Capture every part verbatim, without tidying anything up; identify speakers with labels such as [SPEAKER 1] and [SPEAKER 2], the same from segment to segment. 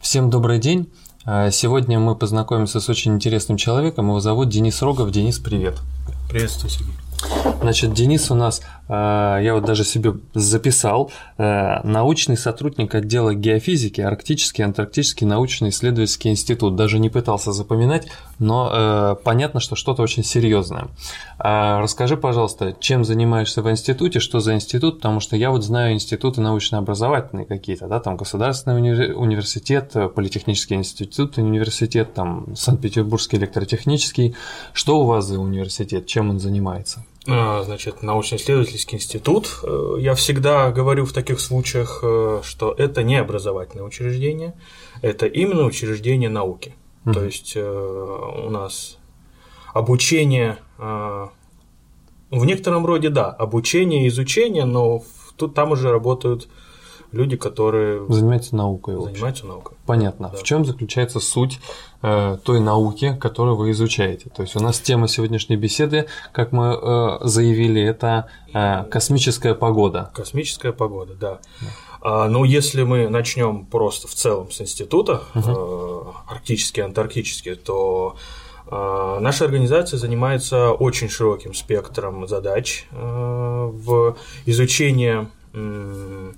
[SPEAKER 1] Всем добрый день. Сегодня мы познакомимся с очень интересным человеком. Его зовут Денис Рогов. Денис, привет.
[SPEAKER 2] Приветствую, Сергей.
[SPEAKER 1] Значит, Денис у нас, я вот даже себе записал, научный сотрудник отдела геофизики, Арктический и Антарктический научно-исследовательский институт. Даже не пытался запоминать, но понятно, что что-то очень серьезное. Расскажи, пожалуйста, чем занимаешься в институте, что за институт, потому что я вот знаю институты научно-образовательные какие-то, да, там Государственный уни- университет, Политехнический институт, университет, там Санкт-Петербургский электротехнический. Что у вас за университет, чем он занимается?
[SPEAKER 2] Значит, научно-исследовательский институт. Я всегда говорю в таких случаях, что это не образовательное учреждение, это именно учреждение науки. Mm-hmm. То есть у нас обучение, в некотором роде, да, обучение и изучение, но тут там уже работают люди, которые
[SPEAKER 1] занимаются наукой.
[SPEAKER 2] Занимаются наукой.
[SPEAKER 1] Понятно. Да. В чем заключается суть э, той науки, которую вы изучаете? То есть у нас тема сегодняшней беседы, как мы э, заявили, это э, космическая погода.
[SPEAKER 2] Космическая погода, да. да. А, ну, если мы начнем просто в целом с института, угу. э, арктический, антарктический, то э, наша организация занимается очень широким спектром задач э, в изучении э,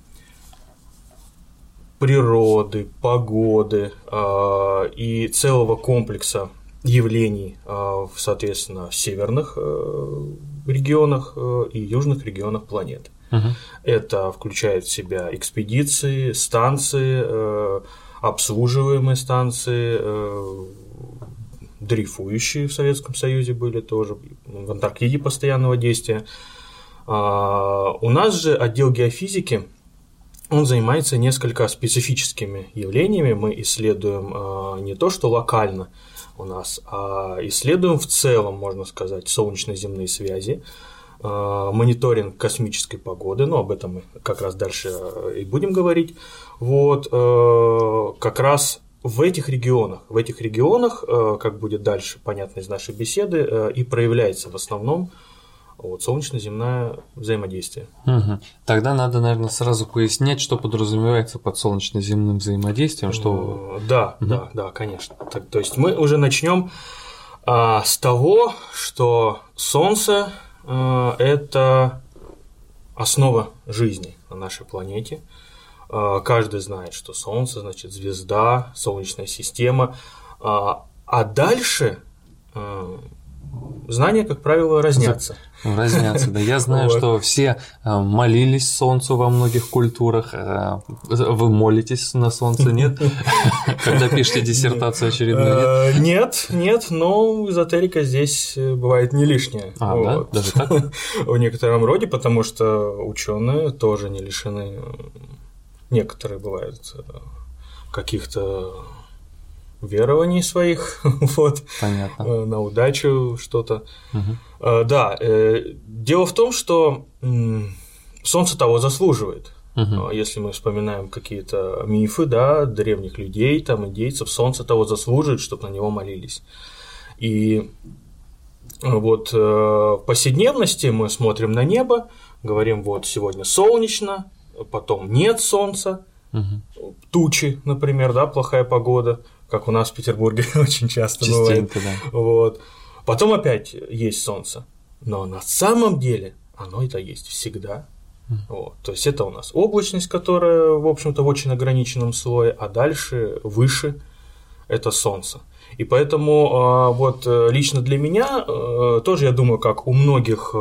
[SPEAKER 2] природы, погоды э, и целого комплекса явлений, э, соответственно, в северных э, регионах э, и южных регионах планеты. Uh-huh. Это включает в себя экспедиции, станции, э, обслуживаемые станции, э, дрейфующие в Советском Союзе были тоже, в Антарктиде постоянного действия. Э, у нас же отдел геофизики, он занимается несколько специфическими явлениями. Мы исследуем э, не то, что локально у нас, а исследуем в целом, можно сказать, солнечно-земные связи, э, мониторинг космической погоды, но об этом мы как раз дальше и будем говорить. Вот, э, как раз в этих регионах, в этих регионах, э, как будет дальше понятно из нашей беседы, э, и проявляется в основном вот, солнечно-земное взаимодействие.
[SPEAKER 1] Угу. Тогда надо, наверное, сразу пояснять, что подразумевается под солнечно-земным взаимодействием. Что...
[SPEAKER 2] Да, угу. да, да, конечно. Так, то есть мы уже начнем а, с того, что Солнце а, – это основа жизни на нашей планете. А, каждый знает, что Солнце, значит, звезда, Солнечная система. А, а дальше а, знания, как правило, разнятся.
[SPEAKER 1] Разнятся, да. Я знаю, вот. Что все молились Солнцу во многих культурах. Вы молитесь на Солнце, нет? Когда пишете диссертацию очередную,
[SPEAKER 2] нет? Нет, нет, но эзотерика здесь бывает не лишняя.
[SPEAKER 1] А, да? Даже так?
[SPEAKER 2] В некотором роде, потому что ученые тоже не лишены. Некоторые бывают каких-то верований своих, вот,
[SPEAKER 1] понятно.
[SPEAKER 2] На удачу что-то.
[SPEAKER 1] Угу.
[SPEAKER 2] Да, дело в том, что Солнце того заслуживает. Угу. Если мы вспоминаем какие-то мифы, да, древних людей, там, индейцев, Солнце того заслуживает, чтобы на него молились. И вот в повседневности мы смотрим на небо, говорим, вот сегодня солнечно, потом нет солнца, угу. Тучи, например, да, плохая погода, как у нас в Петербурге очень часто бывает.
[SPEAKER 1] Да.
[SPEAKER 2] Вот. Потом опять есть солнце. Но на самом деле оно это есть всегда. Mm. Вот. То есть это у нас облачность, которая, в общем-то, в очень ограниченном слое, а дальше выше это солнце. И поэтому вот лично для меня тоже, я думаю, как у многих.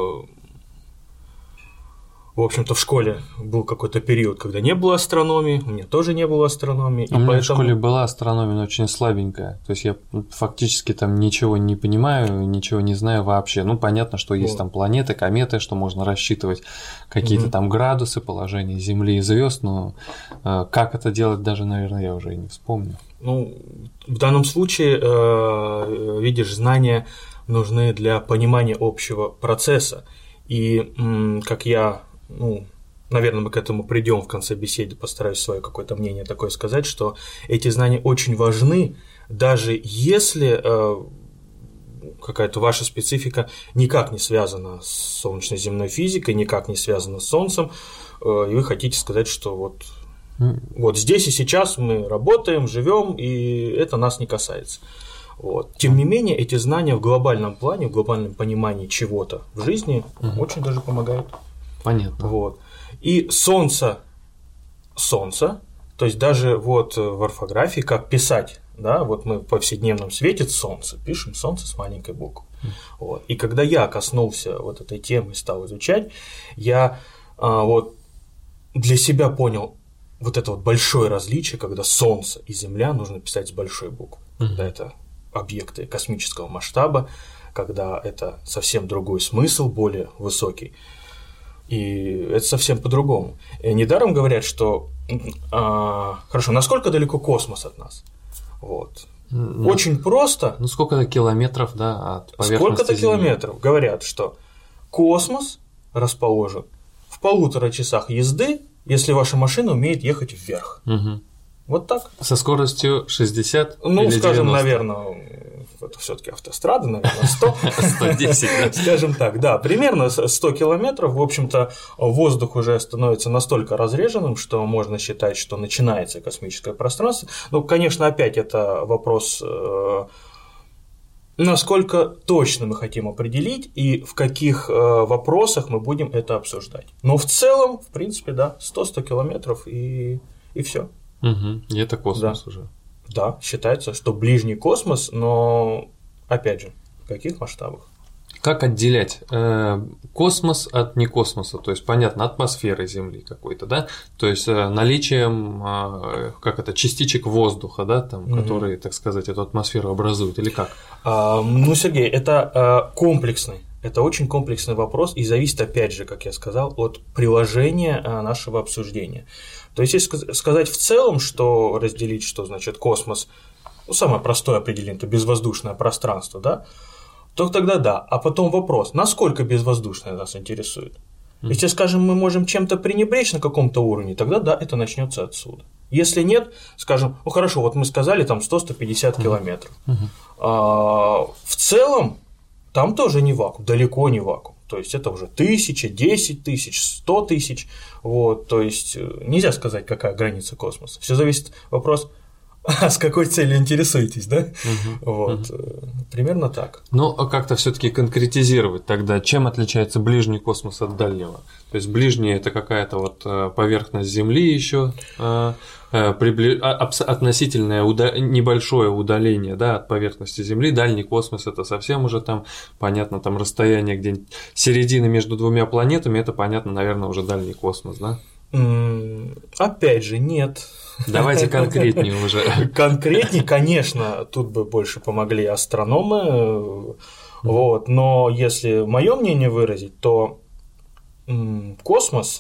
[SPEAKER 2] В общем-то, в школе был какой-то период, когда не было астрономии, у меня тоже не было астрономии.
[SPEAKER 1] У
[SPEAKER 2] и
[SPEAKER 1] меня
[SPEAKER 2] поэтому...
[SPEAKER 1] в школе была астрономия, но очень слабенькая. То есть я фактически там ничего не понимаю, ничего не знаю вообще. Ну, понятно, что есть вот. Там планеты, кометы, что можно рассчитывать какие-то угу. там градусы, положения Земли и звезд, но э, как это делать, даже, наверное, я уже и не вспомню.
[SPEAKER 2] Ну, в данном случае, э, видишь, знания нужны для понимания общего процесса. И, м, как я. Ну, наверное, мы к этому придем в конце беседы, постараюсь свое какое-то мнение такое сказать, что эти знания очень важны, даже если э, какая-то ваша специфика никак не связана с солнечно-земной физикой, никак не связана с Солнцем, э, и вы хотите сказать, что вот Mm. Вот здесь и сейчас мы работаем, живем, и это нас не касается. Вот. Тем не менее, эти знания в глобальном плане, в глобальном понимании чего-то в жизни mm-hmm. очень даже помогают.
[SPEAKER 1] Понятно.
[SPEAKER 2] Вот. И солнце, солнце, то есть даже вот в орфографии, как писать, да, вот мы в повседневном светит солнце, пишем солнце с маленькой буквы. Mm. Вот. И когда я коснулся вот этой темы и стал изучать, я а, вот для себя понял вот это вот большое различие, когда солнце и земля нужно писать с большой буквы, mm. когда это объекты космического масштаба, когда это совсем другой смысл, более высокий. И это совсем по-другому. И недаром говорят, что а, хорошо, насколько далеко космос от нас? Вот. Ну, очень просто.
[SPEAKER 1] Ну, сколько-то километров, да, от поверхности
[SPEAKER 2] Сколько-то
[SPEAKER 1] Земли.
[SPEAKER 2] километров. Говорят, что космос расположен в полутора часах езды, если ваша машина умеет ехать вверх.
[SPEAKER 1] Угу.
[SPEAKER 2] Вот так.
[SPEAKER 1] Со скоростью шестьдесят
[SPEAKER 2] Ну,
[SPEAKER 1] или
[SPEAKER 2] скажем,
[SPEAKER 1] девяносто?
[SPEAKER 2] Наверное, это все-таки автострада, наверное, сто.
[SPEAKER 1] сто десять, да?
[SPEAKER 2] Скажем так, да, примерно сто километров. В общем-то, воздух уже становится настолько разреженным, что можно считать, что начинается космическое пространство. Ну, конечно, опять это вопрос, насколько точно мы хотим определить и в каких вопросах мы будем это обсуждать. Но в целом, в принципе, да, сто-сто километров и, и все.
[SPEAKER 1] Угу. И это космос
[SPEAKER 2] да.
[SPEAKER 1] уже.
[SPEAKER 2] Да, считается, что ближний космос, но, опять же, в каких масштабах?
[SPEAKER 1] Как отделять э, космос от некосмоса? То есть, понятно, атмосферы Земли какой-то, да? То есть, э, наличием, э, как это, частичек воздуха, да, там, угу. которые, так сказать, эту атмосферу образуют, или как?
[SPEAKER 2] А, ну, Сергей, это а, комплексный, это очень комплексный вопрос и зависит, опять же, как я сказал, от приложения а, нашего обсуждения. То есть, если сказать в целом, что разделить, что значит космос, ну, самое простое определение – это безвоздушное пространство, да, то тогда да. А потом вопрос, насколько безвоздушное нас интересует? Mm-hmm. Если, скажем, мы можем чем-то пренебречь на каком-то уровне, тогда да, это начнется отсюда. Если нет, скажем, ну хорошо, вот мы сказали там сто-сто пятьдесят mm-hmm. километров. Mm-hmm. А, в целом там тоже не вакуум, далеко не вакуум. То есть это уже тысяча, десять тысяч, сто тысяч. Вот, то есть нельзя сказать, какая граница космоса. Все зависит вопрос, а с какой целью интересуетесь, да? Угу, вот, угу. Примерно так.
[SPEAKER 1] Ну, а как-то все-таки конкретизировать тогда, чем отличается ближний космос от дальнего? То есть ближний это какая-то вот поверхность Земли еще. Прибли... относительное уда... небольшое удаление, да, от поверхности Земли. Дальний космос это совсем уже там, понятно, там расстояние где-нибудь середины между двумя планетами, это, понятно, наверное, уже дальний космос, да?
[SPEAKER 2] Опять же, нет.
[SPEAKER 1] Давайте конкретнее уже.
[SPEAKER 2] Конкретнее, конечно, тут бы больше помогли астрономы, вот, но если мое мнение выразить, то космос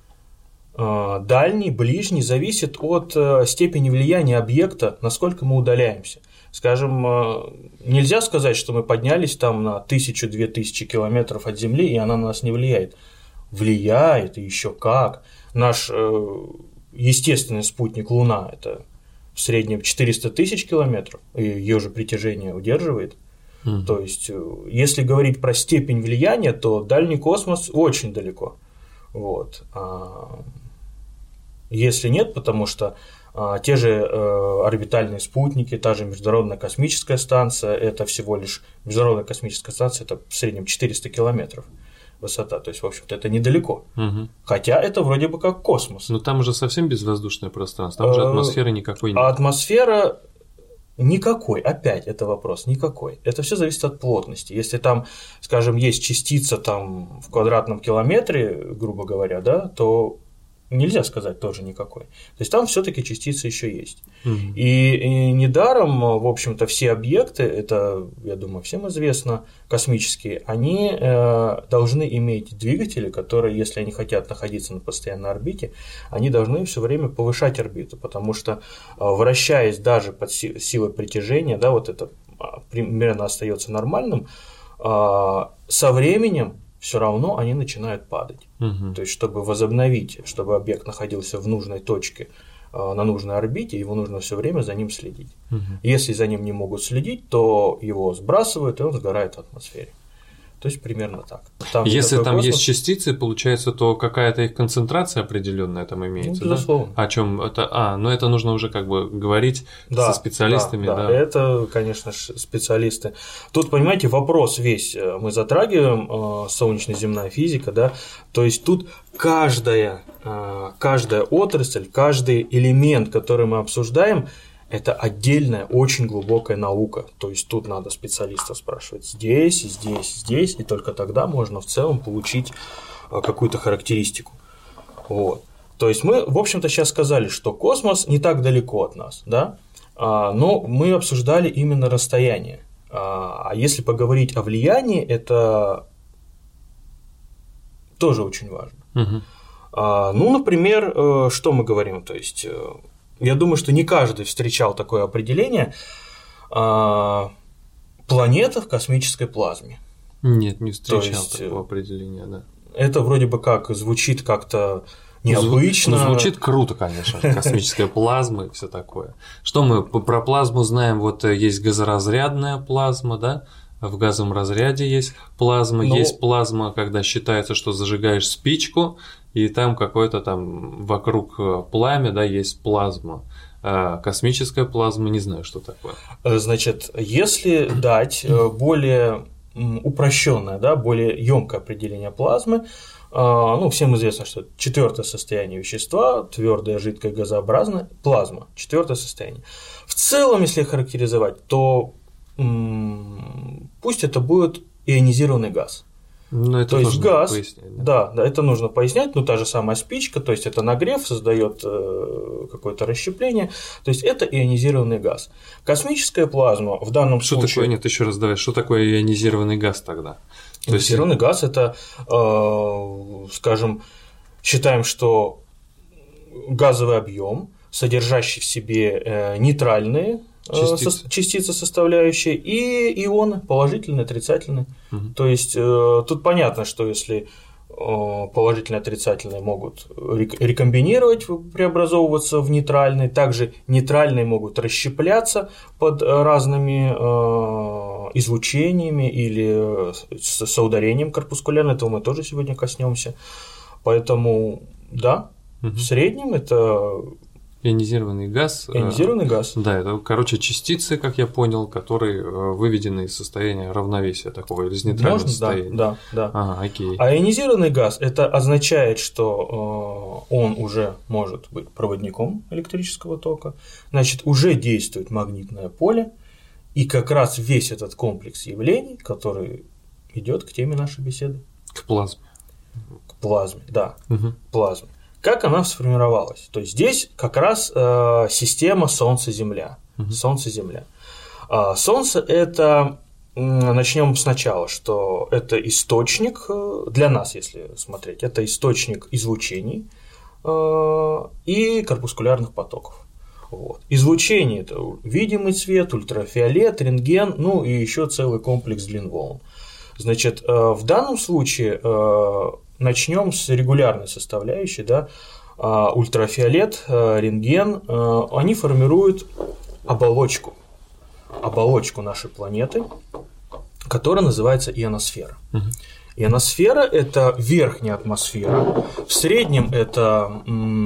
[SPEAKER 2] дальний, ближний зависит от степени влияния объекта, насколько мы удаляемся. Скажем, нельзя сказать, что мы поднялись там на тысячу-две тысячи километров от Земли, и она на нас не влияет. Влияет, и еще как. Наш естественный спутник Луна – это в среднем четыреста тысяч километров, и ее же притяжение удерживает. Mm. То есть, если говорить про степень влияния, то дальний космос очень далеко. Вот. Если нет, потому что а, те же э, орбитальные спутники, та же Международная космическая станция, это всего лишь Международная космическая станция, это в среднем четыреста километров высота, то есть, в общем-то, это недалеко. Угу. Хотя это вроде бы как космос.
[SPEAKER 1] Но там уже совсем безвоздушное пространство, там же атмосферы никакой нет.
[SPEAKER 2] А атмосфера никакой, опять это вопрос, никакой. Это все зависит от плотности. Если там, скажем, есть частица там в квадратном километре, грубо говоря, да, то нельзя сказать тоже никакой. То есть там все-таки частицы еще есть. Mm-hmm. И, и недаром, в общем-то, все объекты, это, я думаю, всем известно, космические, они э, должны иметь двигатели, которые, если они хотят находиться на постоянной орбите, они должны все время повышать орбиту, потому что, э, вращаясь даже под си- силой притяжения, да, вот это примерно остается нормальным, э, со временем все равно они начинают падать. Угу. То есть, чтобы возобновить, чтобы объект находился в нужной точке, на нужной орбите, его нужно все время за ним следить. Угу. Если за ним не могут следить, то его сбрасывают, и он сгорает в атмосфере. То есть примерно так. Там
[SPEAKER 1] Если там
[SPEAKER 2] космос...
[SPEAKER 1] есть частицы, получается, то какая-то их концентрация определенная там имеется, ну,
[SPEAKER 2] безусловно.
[SPEAKER 1] Да? О чем это? А, ну это нужно уже как бы говорить
[SPEAKER 2] да,
[SPEAKER 1] со специалистами,
[SPEAKER 2] да,
[SPEAKER 1] да.
[SPEAKER 2] Да, это, конечно же, специалисты. Тут, понимаете, вопрос весь мы затрагиваем, солнечно-земная физика, да, то есть тут каждая, каждая отрасль, каждый элемент, который мы обсуждаем, это отдельная, очень глубокая наука. То есть тут надо специалистов спрашивать здесь, здесь, здесь, и только тогда можно в целом получить какую-то характеристику. Вот. То есть мы, в общем-то, сейчас сказали, что космос не так далеко от нас, да? Но мы обсуждали именно расстояние. А если поговорить о влиянии, это тоже очень важно.
[SPEAKER 1] Угу.
[SPEAKER 2] Ну, например, что мы говорим, то есть... Я думаю, что не каждый встречал такое определение а, планета в космической плазме.
[SPEAKER 1] Нет, не встречал
[SPEAKER 2] есть,
[SPEAKER 1] такого определения, да.
[SPEAKER 2] Это вроде бы как звучит как-то необычно.
[SPEAKER 1] Ну, звучит круто, конечно, космическая плазма и все такое. Что мы про плазму знаем? Вот есть газоразрядная плазма, да? В газовом разряде есть плазма, Но... есть плазма, когда считается, что зажигаешь спичку, и там какое-то там вокруг пламя, да, есть плазма. А космическая плазма, не знаю, что такое.
[SPEAKER 2] Значит, если дать более упрощенное, да, более емкое определение плазмы, ну, всем известно, что четвертое состояние вещества, твердое, жидкое, газообразное, плазма, четвертое состояние. В целом, если характеризовать, то пусть это будет ионизированный газ.
[SPEAKER 1] Ну, это
[SPEAKER 2] то есть газ,
[SPEAKER 1] пояснять, да?
[SPEAKER 2] Да, да, это нужно пояснять, ну та же самая спичка, то есть это нагрев создает э, какое-то расщепление, то есть это ионизированный газ. Космическая плазма в данном
[SPEAKER 1] что
[SPEAKER 2] случае.
[SPEAKER 1] Что такое? Нет, еще раз давай. Что такое ионизированный газ тогда?
[SPEAKER 2] Ионизированный то есть... газ это, э, скажем, считаем, что газовый объем, содержащий в себе э, нейтральные частицы. частицы составляющие и ионы положительные, отрицательные. Угу. То есть тут понятно, что если положительные, отрицательные могут рекомбинировать, преобразовываться в нейтральные, также нейтральные могут расщепляться под разными излучениями или с ударением корпускулярным, этого мы тоже сегодня коснемся. Поэтому да, угу. в среднем это
[SPEAKER 1] ионизированный газ.
[SPEAKER 2] Ионизированный газ.
[SPEAKER 1] Да, это, короче, частицы, как я понял, которые выведены из состояния равновесия такого или из нейтрального
[SPEAKER 2] Можно,
[SPEAKER 1] состояния.
[SPEAKER 2] Да, да, да.
[SPEAKER 1] Ага, окей.
[SPEAKER 2] А ионизированный газ это означает, что он уже может быть проводником электрического тока, значит, уже действует магнитное поле, и как раз весь этот комплекс явлений, который идет к теме нашей беседы.
[SPEAKER 1] К плазме.
[SPEAKER 2] К плазме, да,
[SPEAKER 1] угу.
[SPEAKER 2] к плазме. Как она сформировалась? То есть здесь как раз э, система Солнце-Земля. Uh-huh. Солнце-Земля. А Солнце это, начнем сначала, что это источник, для нас, если смотреть, это источник излучений э, и корпускулярных потоков. Вот. Излучение – это видимый свет, ультрафиолет, рентген, ну и еще целый комплекс длин волн. Значит, э, в данном случае э, начнем с регулярной составляющей, да, ультрафиолет, рентген, они формируют оболочку, оболочку нашей планеты, которая называется ионосфера. Uh-huh. Ионосфера – это верхняя атмосфера, в среднем это,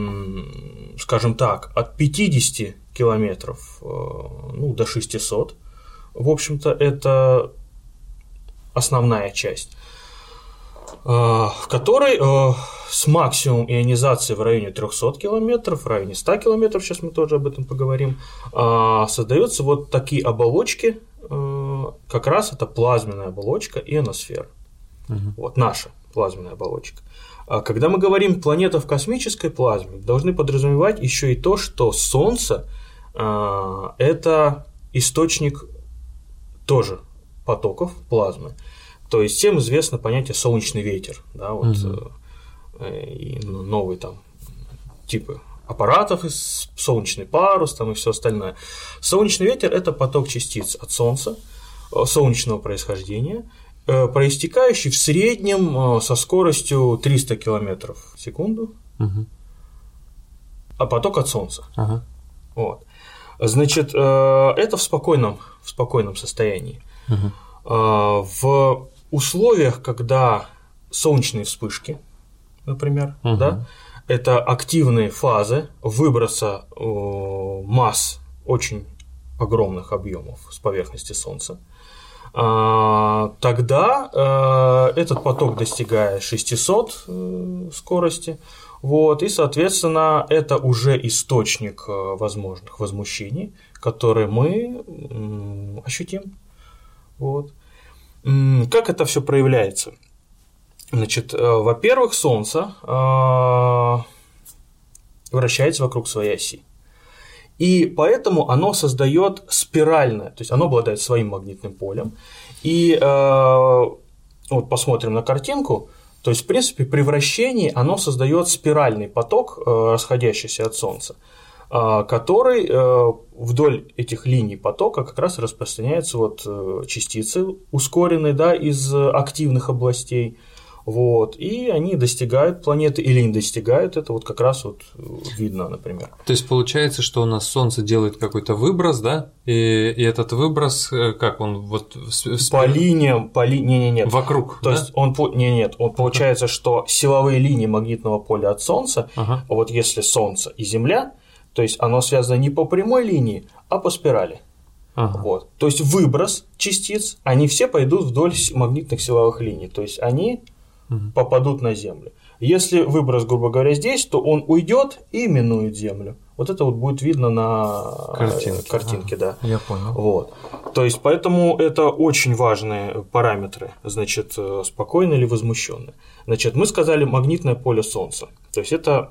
[SPEAKER 2] скажем так, от пятидесяти километров ну, до шестисот, в общем-то, это основная часть, в которой с максимум ионизации в районе трёхсот километров, в районе ста километров, сейчас мы тоже об этом поговорим, создаются вот такие оболочки, как раз это плазменная оболочка ионосферы. Угу. Вот наша плазменная оболочка. Когда мы говорим планета в космической плазме, должны подразумевать еще и то, что Солнце – это источник тоже потоков плазмы. То есть всем известно понятие солнечный ветер, да, вот, угу. и новые там типы аппаратов, солнечный парус там, и все остальное. Солнечный ветер – это поток частиц от Солнца, солнечного происхождения, проистекающий в среднем со скоростью триста километров в секунду, угу. а поток от Солнца. Ага. Вот. Значит, это в спокойном, в спокойном состоянии. Угу. В условиях, когда солнечные вспышки, например, угу. да, это активные фазы выброса э, масс очень огромных объемов с поверхности Солнца, э, тогда э, этот поток достигает шестисот э, скорости, вот, и, соответственно, это уже источник э, возможных возмущений, которые мы э, ощутим. Вот. Как это все проявляется? Значит, во-первых, Солнце вращается вокруг своей оси. И поэтому оно создает спиральное, то есть оно обладает своим магнитным полем. И вот посмотрим на картинку. То есть, в принципе, при вращении оно создает спиральный поток, расходящийся от Солнца, который вдоль этих линий потока как раз распространяются вот частицы ускоренные, да, из активных областей. Вот, и они достигают планеты или не достигают, это вот как раз вот видно, например.
[SPEAKER 1] То есть получается, что у нас Солнце делает какой-то выброс, да, и, и этот выброс, как он вот…
[SPEAKER 2] По линиям, по ли… не, не, нет.
[SPEAKER 1] Вокруг,
[SPEAKER 2] То
[SPEAKER 1] да?
[SPEAKER 2] есть он… Не, нет, он получается, uh-huh. что силовые линии магнитного поля от Солнца,
[SPEAKER 1] uh-huh.
[SPEAKER 2] вот если Солнце и Земля, то есть оно связано не по прямой линии, а по спирали.
[SPEAKER 1] Uh-huh.
[SPEAKER 2] Вот. То есть выброс частиц, они все пойдут вдоль магнитных силовых линий, то есть они… попадут на Землю. Если выброс, грубо говоря, здесь, то он уйдет и минует Землю. Вот это вот будет видно на картинке, картинке,
[SPEAKER 1] ага,
[SPEAKER 2] да.
[SPEAKER 1] Я понял.
[SPEAKER 2] Вот. То есть, поэтому это очень важные параметры, значит, спокойно или возмущенно. Значит, мы сказали магнитное поле Солнца. То есть, это,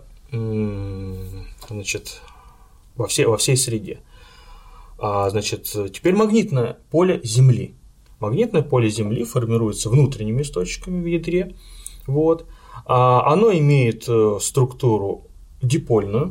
[SPEAKER 2] значит, во всей, во всей среде. А, значит, теперь магнитное поле Земли. Магнитное поле Земли формируется внутренними источниками в ядре. Вот. А, оно имеет структуру дипольную.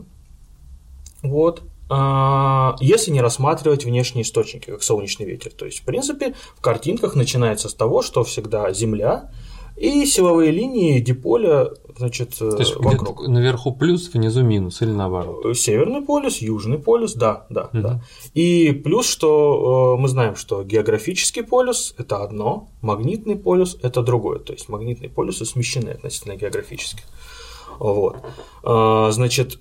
[SPEAKER 2] Вот. А, если не рассматривать внешние источники, как солнечный ветер. То есть, в принципе, в картинках начинается с того, что всегда Земля и силовые линии диполя, значит,
[SPEAKER 1] То есть
[SPEAKER 2] вокруг.
[SPEAKER 1] Где-то наверху плюс, внизу минус, или наоборот?
[SPEAKER 2] Северный полюс, южный полюс, да, да, угу. да. И плюс, что мы знаем, что географический полюс – это одно, магнитный полюс – это другое. То есть магнитные полюсы смещены относительно географических. Вот. Значит,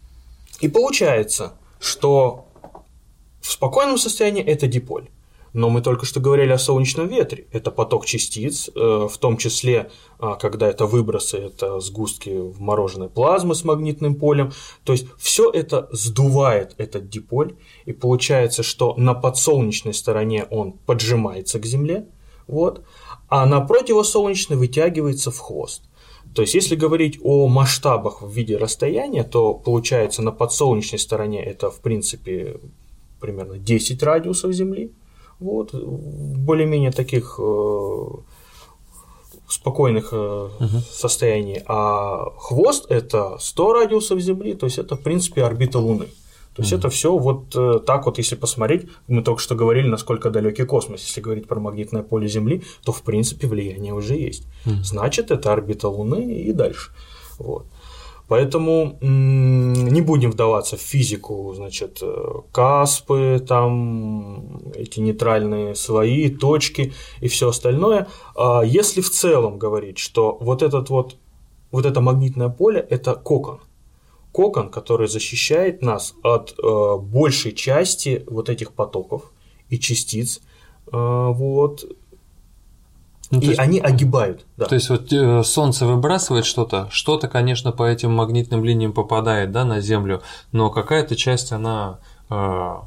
[SPEAKER 2] и получается, что в спокойном состоянии это диполь. Но мы только что говорили о солнечном ветре. Это поток частиц, в том числе, когда это выбросы, это сгустки вмороженной плазмы с магнитным полем. То есть все это сдувает этот диполь, и получается, что на подсолнечной стороне он поджимается к Земле, вот, а на противосолнечной вытягивается в хвост. То есть, если говорить о масштабах в виде расстояния, то получается на подсолнечной стороне это, в принципе, примерно десять радиусов Земли. Вот, в более-менее таких э, спокойных э, uh-huh. состояний. А хвост – это сто радиусов Земли, то есть это, в принципе, орбита Луны. То есть uh-huh. это все вот э, так вот, если посмотреть, мы только что говорили, насколько далекий космос. Если говорить про магнитное поле Земли, то, в принципе, влияние уже есть. Uh-huh. Значит, это орбита Луны и дальше. Вот. Поэтому не будем вдаваться в физику, значит, каспы, там, эти нейтральные слои, точки и все остальное. Если в целом говорить, что вот, этот вот, вот это магнитное поле – это кокон, кокон, который защищает нас от большей части вот этих потоков и частиц, вот. Ну, и есть, они огибают. Да.
[SPEAKER 1] То есть вот э, Солнце выбрасывает что-то, что-то, конечно, по этим магнитным линиям попадает, да, на Землю, но какая-то часть она э,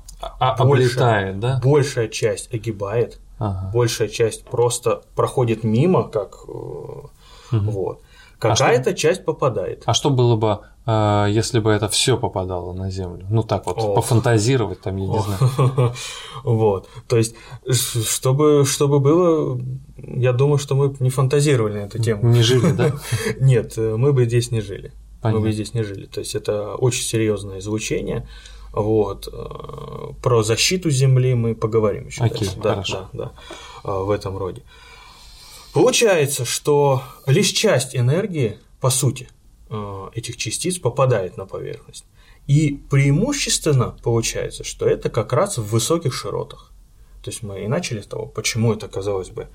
[SPEAKER 1] облетает, да?
[SPEAKER 2] Большая часть огибает, ага. большая часть просто проходит мимо, как э, угу. вот. Какая-то а что, часть попадает.
[SPEAKER 1] А что было бы, э, если бы это все попадало на Землю? Ну так вот, О. пофантазировать там, я не О. знаю.
[SPEAKER 2] Вот. То есть, чтобы, чтобы было, я думаю, что мы не фантазировали на эту тему.
[SPEAKER 1] Не жили, да?
[SPEAKER 2] Нет, мы бы здесь не жили. Понятно. Мы бы здесь не жили. То есть, это очень серьезное излучение. Вот. Про защиту Земли мы поговорим еще
[SPEAKER 1] Окей,
[SPEAKER 2] дальше. Да,
[SPEAKER 1] хорошо.
[SPEAKER 2] Да, да, в этом роде. Получается, что лишь часть энергии, по сути, этих частиц попадает на поверхность. И преимущественно получается, что это как раз в высоких широтах. То есть мы и начали с того, почему это, казалось бы,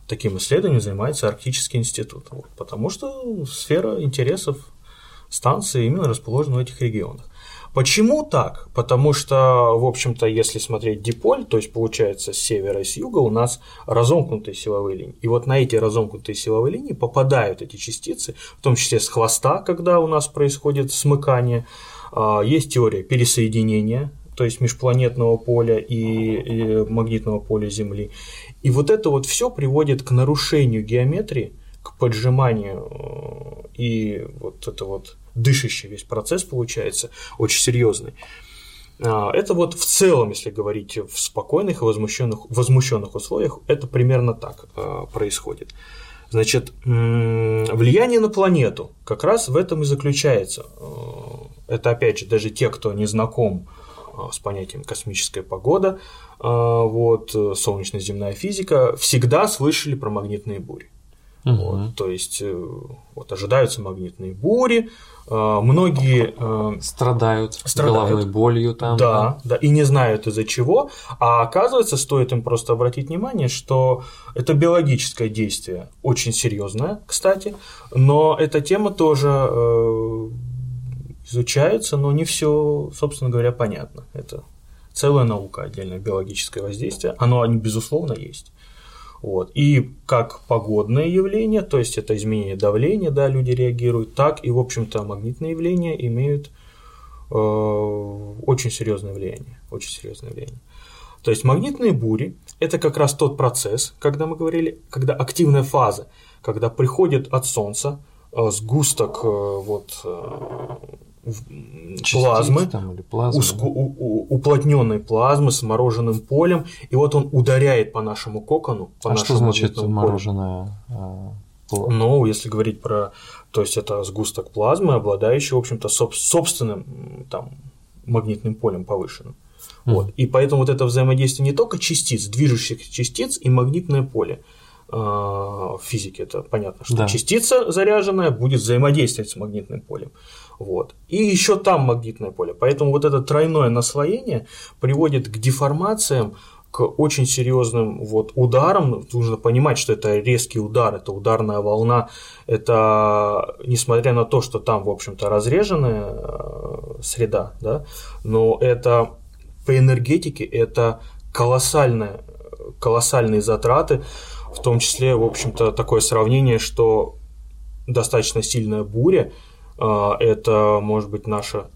[SPEAKER 2] таким исследованием занимается Арктический институт, вот, потому что сфера интересов станции именно расположена в этих регионах. Почему так? Потому что, в общем-то, если смотреть диполь, то есть получается с севера и с юга у нас разомкнутые силовые линии. И вот на эти разомкнутые силовые линии попадают эти частицы, в том числе с хвоста, когда у нас происходит смыкание. Есть теория пересоединения, то есть межпланетного поля и магнитного поля Земли. И вот это вот все приводит к нарушению геометрии, к поджиманию, и вот это вот дышащий весь процесс получается очень серьезный. Это вот в целом, если говорить в спокойных и возмущенных, возмущенных условиях, это примерно так происходит. Значит, влияние на планету как раз в этом и заключается. Это, опять же, даже те, кто не знаком с понятием космическая погода, вот, солнечно-земная физика, всегда слышали про магнитные бури. Угу. Вот, то есть вот, ожидаются магнитные бури, многие
[SPEAKER 1] страдают,
[SPEAKER 2] страдают
[SPEAKER 1] головной болью там.
[SPEAKER 2] Да,
[SPEAKER 1] да,
[SPEAKER 2] да, и не знают из-за чего, а оказывается, стоит им просто обратить внимание, что это биологическое действие, очень серьезное, кстати, но эта тема тоже изучается, но не все, собственно говоря, понятно. Это целая наука отдельно, биологическое воздействие, оно, безусловно, есть. Вот. И как погодные явления, то есть это изменение давления, да, люди реагируют, так и, в общем-то, магнитные явления имеют э, очень серьезное влияние, очень серьезное влияние. То есть магнитные бури – это как раз тот процесс, когда мы говорили, когда активная фаза, когда приходит от Солнца э, сгусток э, вот, э, плазмы,
[SPEAKER 1] там, или плазмы,
[SPEAKER 2] уску, да? у, уплотненной плазмы с мороженым полем, и вот он ударяет по нашему кокону. По
[SPEAKER 1] а
[SPEAKER 2] нашему
[SPEAKER 1] что значит
[SPEAKER 2] полю.
[SPEAKER 1] мороженое? Поле?
[SPEAKER 2] Ну, если говорить про, то есть это сгусток плазмы, обладающий, в общем-то, соб, собственным там, магнитным полем повышенным. Mm. Вот. И поэтому вот это взаимодействие не только частиц, движущихся частиц и магнитное поле. В физике это понятно, что да. частица заряженная будет взаимодействовать с магнитным полем. Вот. И еще там магнитное поле. Поэтому вот это тройное наслоение приводит к деформациям, к очень серьезным вот ударам. Нужно понимать, что это резкий удар, это ударная волна. Это несмотря на то, что там, в общем-то, разреженная среда, да, но это по энергетике это колоссальные, колоссальные затраты. В том числе, в общем-то, такое сравнение, что достаточно сильная буря – это, может быть, наша,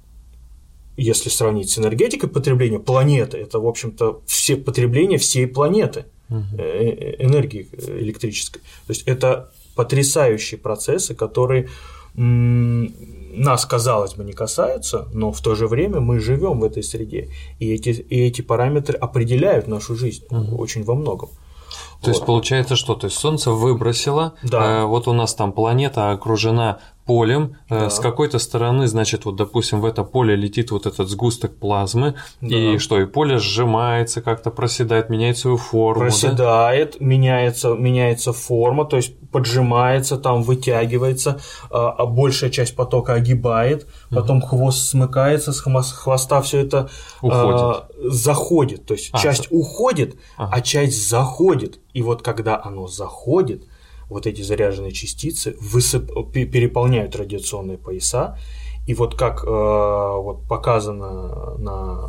[SPEAKER 2] если сравнить с энергетикой потребления планеты, это, в общем-то, все потребление всей планеты энергии электрической. То есть это потрясающие процессы, которые нас, казалось бы, не касаются, но в то же время мы живем в этой среде, и эти, и эти параметры определяют нашу жизнь угу. очень во многом.
[SPEAKER 1] То вот. Есть получается что? То есть Солнце выбросило, да. э, вот у нас там планета окружена полем, да. э, с какой-то стороны, значит, вот, допустим, в это поле летит вот этот сгусток плазмы, да. и что, и поле сжимается, как-то проседает, меняет свою форму.
[SPEAKER 2] Проседает, да? меняется, меняется форма, то есть поджимается, там вытягивается, а большая часть потока огибает, потом угу. хвост смыкается, с хвоста все это а, заходит, то есть а, часть за... уходит, ага. а часть заходит. И вот когда оно заходит, вот эти заряженные частицы высып... переполняют радиационные пояса, и вот как э, вот показано на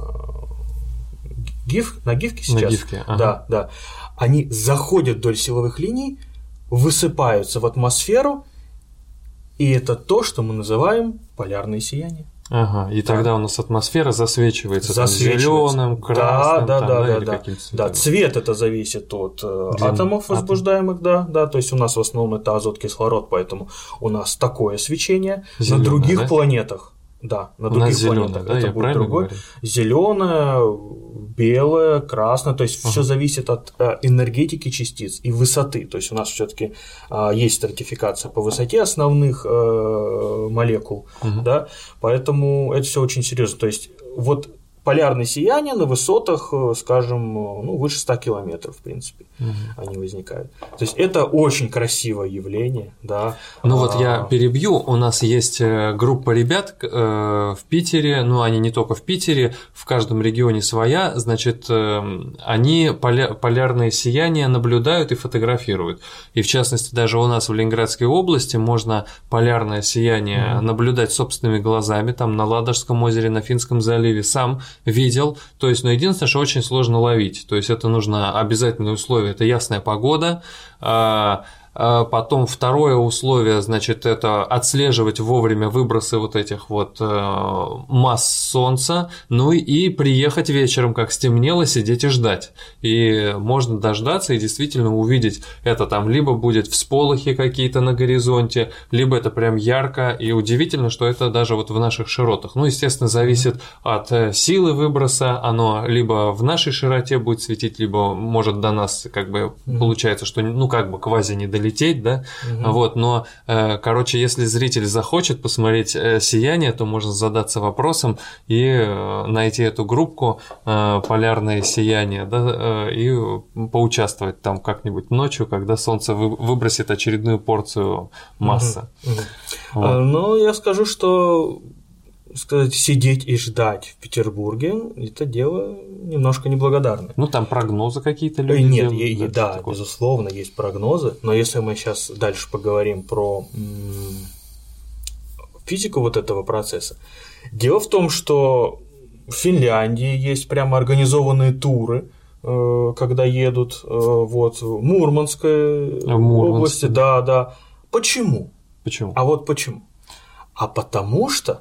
[SPEAKER 2] гиф, на гифке сейчас,
[SPEAKER 1] на гифке, ага.
[SPEAKER 2] да, да, они заходят вдоль силовых линий, высыпаются в атмосферу, и это то, что мы называем полярное сияние.
[SPEAKER 1] Ага, и тогда да. у нас атмосфера засвечивается, засвечивается. зеленым, красным,
[SPEAKER 2] да,
[SPEAKER 1] там,
[SPEAKER 2] да,
[SPEAKER 1] да,
[SPEAKER 2] да,
[SPEAKER 1] или
[SPEAKER 2] да.
[SPEAKER 1] каким-то
[SPEAKER 2] да, цвет это зависит от Длин... атомов возбуждаемых, атом. да, да, то есть у нас в основном это азот, кислород, поэтому у нас такое свечение. Зелёное, на других да? планетах, да, на
[SPEAKER 1] у
[SPEAKER 2] других
[SPEAKER 1] нас зелёное,
[SPEAKER 2] планетах
[SPEAKER 1] да,
[SPEAKER 2] это
[SPEAKER 1] я
[SPEAKER 2] будет другое, зеленое, белое, красное, то есть ага. все зависит от энергетики частиц и высоты, то есть у нас все-таки есть стратификация по высоте основных молекул, ага. да, поэтому это все очень серьезно, то есть вот полярные сияния на высотах, скажем, ну, выше ста километров, в принципе, угу. они возникают. То есть это очень красивое явление, да.
[SPEAKER 1] Ну вот я перебью, у нас есть группа ребят в Питере, ну они не только в Питере, в каждом регионе своя, значит, они полярные сияния наблюдают и фотографируют. И в частности, даже у нас в Ленинградской области можно полярное сияние угу. наблюдать собственными глазами, там на Ладожском озере, на Финском заливе, сам видел, то есть, но единственное, что очень сложно ловить, то есть это нужно обязательное условие, это ясная погода, потом второе условие, значит, это отслеживать вовремя выбросы вот этих вот масс солнца, ну и приехать вечером, как стемнело, сидеть и ждать, и можно дождаться и действительно увидеть это там, либо будет всполохи какие-то на горизонте, либо это прям ярко, и удивительно, что это даже вот в наших широтах, ну, естественно, зависит от силы выброса, оно либо в нашей широте будет светить, либо может до нас, как бы, получается, что, ну, как бы квази не долетит, лететь, да, угу. вот, но, короче, если зритель захочет посмотреть сияние, то можно задаться вопросом и найти эту группку «Полярное сияние», да, и поучаствовать там как-нибудь ночью, когда солнце выбросит очередную порцию массы.
[SPEAKER 2] Угу. Угу. Вот. А, ну, я скажу, что сказать, сидеть и ждать в Петербурге – это дело немножко неблагодарное.
[SPEAKER 1] Ну, там прогнозы какие-то люди
[SPEAKER 2] Нет,
[SPEAKER 1] делают.
[SPEAKER 2] Е- да, такое? Безусловно, есть прогнозы, но если мы сейчас дальше поговорим про м- физику вот этого процесса, дело в том, что в Финляндии есть прямо организованные туры, э- когда едут э- вот, в Мурманской а области. Да, да. Почему?
[SPEAKER 1] Почему?
[SPEAKER 2] А вот почему? А потому что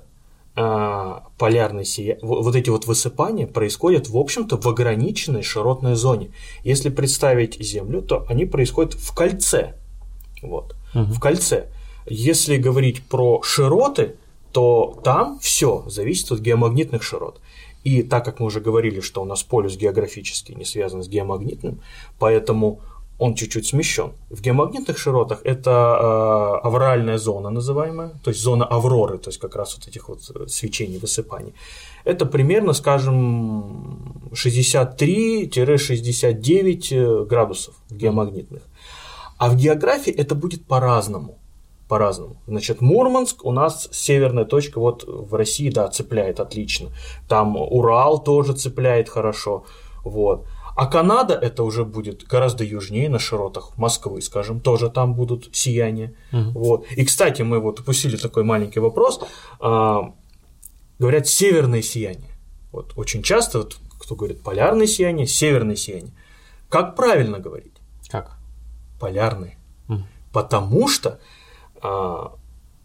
[SPEAKER 2] полярные сияния, вот эти вот высыпания происходят, в общем-то, в ограниченной широтной зоне. Если представить Землю, то они происходят в кольце. Вот, угу. В кольце. Если говорить про широты, то там все зависит от геомагнитных широт. И так как мы уже говорили, что у нас полюс географически не связан с геомагнитным, поэтому он чуть-чуть смещен. В геомагнитных широтах это э, авральная зона называемая, то есть зона авроры, то есть как раз вот этих вот свечений, высыпаний. Это примерно, скажем, шестьдесят три - шестьдесят девять градусов геомагнитных. А в географии это будет по-разному. По-разному. Значит, Мурманск у нас северная точка вот в России, да, цепляет отлично. Там Урал тоже цепляет хорошо. Вот. А Канада это уже будет гораздо южнее, на широтах Москвы, скажем, тоже там будут сияния. Uh-huh. Вот. И, кстати, мы вот упустили такой маленький вопрос. А, говорят, северное сияние. Вот очень часто, вот, кто говорит полярное сияние, северное сияние. Как правильно говорить?
[SPEAKER 1] Как?
[SPEAKER 2] Полярное.
[SPEAKER 1] Uh-huh.
[SPEAKER 2] Потому что а,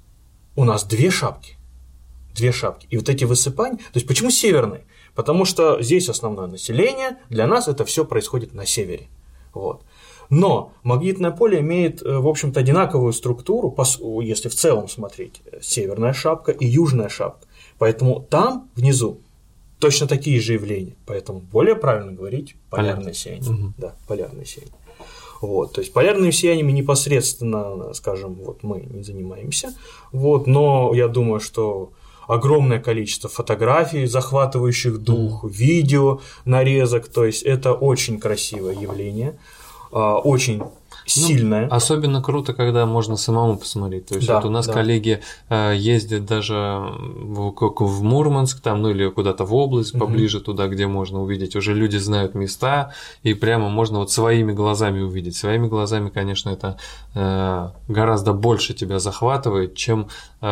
[SPEAKER 2] у нас две шапки. Две шапки. И вот эти высыпания. То есть почему северные? Потому что здесь основное население, для нас это все происходит на севере. Вот. Но магнитное поле имеет, в общем-то, одинаковую структуру, если в целом смотреть, северная шапка и южная шапка. Поэтому там внизу точно такие же явления. Поэтому более правильно говорить полярное сияние. Угу. Да, полярное сияние. Вот, то есть полярными сияниями непосредственно, скажем, вот мы не занимаемся. Вот, но я думаю, что огромное количество фотографий, захватывающих дух, mm. видео, нарезок, то есть это очень красивое явление, очень сильное.
[SPEAKER 1] Ну, особенно круто, когда можно самому посмотреть. То есть да, вот у нас да. коллеги ездят даже в, в Мурманск, там, ну или куда-то в область, mm-hmm. поближе туда, где можно увидеть. Уже люди знают места, и прямо можно вот своими глазами увидеть. Своими глазами, конечно, это гораздо больше тебя захватывает, чем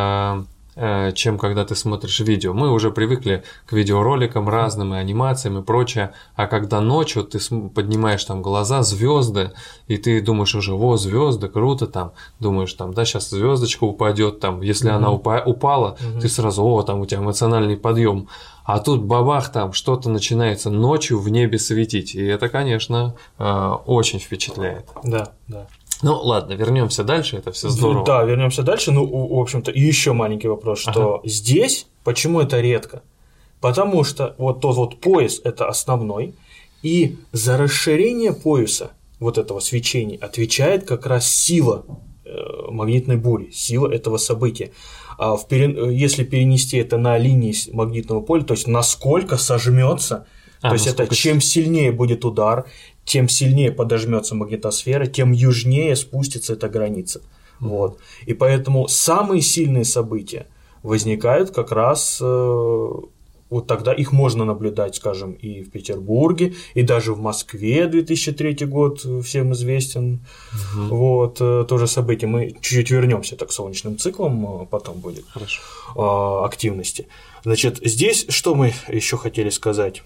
[SPEAKER 1] чем когда ты смотришь видео. Мы уже привыкли к видеороликам разным, и анимациям, и прочее, а когда ночью ты поднимаешь там глаза, звезды, и ты думаешь уже, о, звезды, круто, там, думаешь, там, да, сейчас звездочка упадет, там, если mm-hmm. она упа- упала, mm-hmm. ты сразу, о, там у тебя эмоциональный подъем, а тут бабах, там что-то начинается ночью в небе светить, и это, конечно, очень впечатляет.
[SPEAKER 2] Да, да.
[SPEAKER 1] Ну ладно, вернемся дальше, это все здорово.
[SPEAKER 2] Да, вернемся дальше. Ну, в общем-то, и еще маленький вопрос, что ага. здесь почему это редко? Потому что вот тот вот пояс это основной, и за расширение пояса вот этого свечения отвечает как раз сила магнитной бури, сила этого события. А в пере... Если перенести это на линии магнитного поля, то есть насколько сожмется, а, то есть это чем сильнее будет удар, тем сильнее подожмется магнитосфера, тем южнее спустится эта граница. Mm-hmm. Вот. И поэтому самые сильные события возникают как раз э, вот тогда, их можно наблюдать, скажем, и в Петербурге, и даже в Москве две тысячи третий год всем известен. Mm-hmm. Вот, э, тоже событие. Мы чуть-чуть вернемся так к солнечным циклам, э, потом будет э, активности. Значит, здесь что мы еще хотели сказать?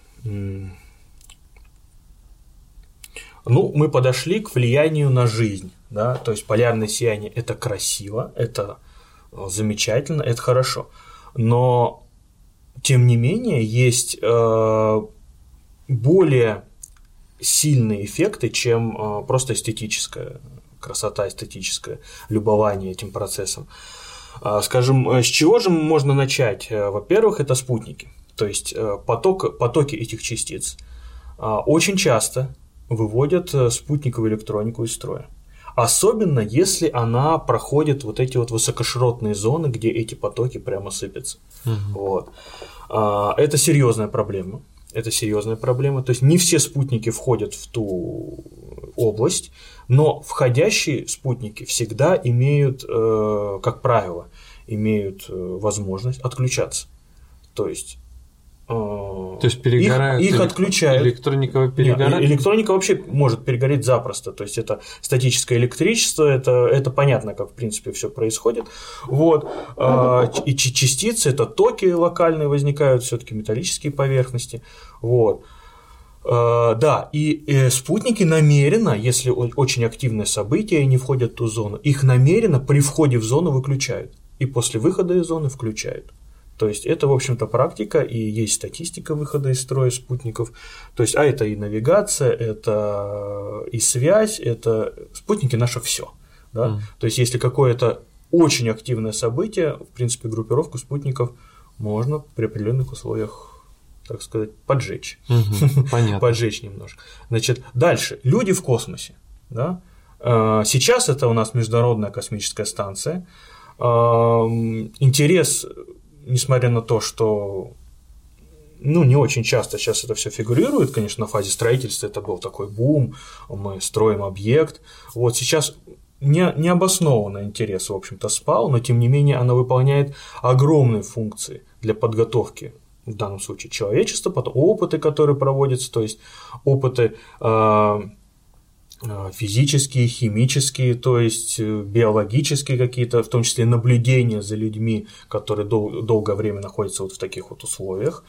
[SPEAKER 2] Ну, мы подошли к влиянию на жизнь, да, то есть полярное сияние – это красиво, это замечательно, это хорошо, но, тем не менее, есть э, более сильные эффекты, чем э, просто эстетическая красота, эстетическое любование этим процессом. Э, скажем, с чего же можно начать? Во-первых, это спутники, то есть поток, потоки этих частиц э, очень часто выводят спутниковую электронику из строя. Особенно, если она проходит вот эти вот высокоширотные зоны, где эти потоки прямо сыпятся. Угу. Вот. Это серьезная проблема. Это серьезная проблема. То есть не все спутники входят в ту область, но входящие спутники всегда имеют, как правило, имеют возможность отключаться. То есть
[SPEAKER 1] То есть перегорают,
[SPEAKER 2] их, их отключают.
[SPEAKER 1] Электроника перегорает?
[SPEAKER 2] Нет, электроника вообще может перегореть запросто. То есть это статическое электричество, это, это понятно, как в принципе все происходит. Вот. И частицы, это токи локальные возникают, все-таки металлические поверхности. Вот. Да, и спутники намеренно, если очень активное событие и не входят в ту зону, их намеренно при входе в зону выключают. И после выхода из зоны включают. То есть это, в общем-то, практика, и есть статистика выхода из строя спутников. То есть, а это и навигация, это и связь, это спутники наше все. Да? Mm. То есть, если какое-то очень активное событие, в принципе, группировку спутников можно при определенных условиях, так сказать, поджечь.
[SPEAKER 1] Mm-hmm. Понятно.
[SPEAKER 2] Поджечь немножко. Значит, дальше. Люди в космосе. Да? Сейчас это у нас Международная космическая станция. Интерес, несмотря на то, что ну, не очень часто сейчас это все фигурирует, конечно, на фазе строительства это был такой бум, мы строим объект. Вот сейчас не, необоснованный интерес, в общем-то, спал, но тем не менее она выполняет огромные функции для подготовки, в данном случае, человечества, потом опыты, которые проводятся, то есть опыты э, физические, химические, то есть биологические какие-то, в том числе наблюдения за людьми, которые дол- долгое время находятся вот в таких вот условиях.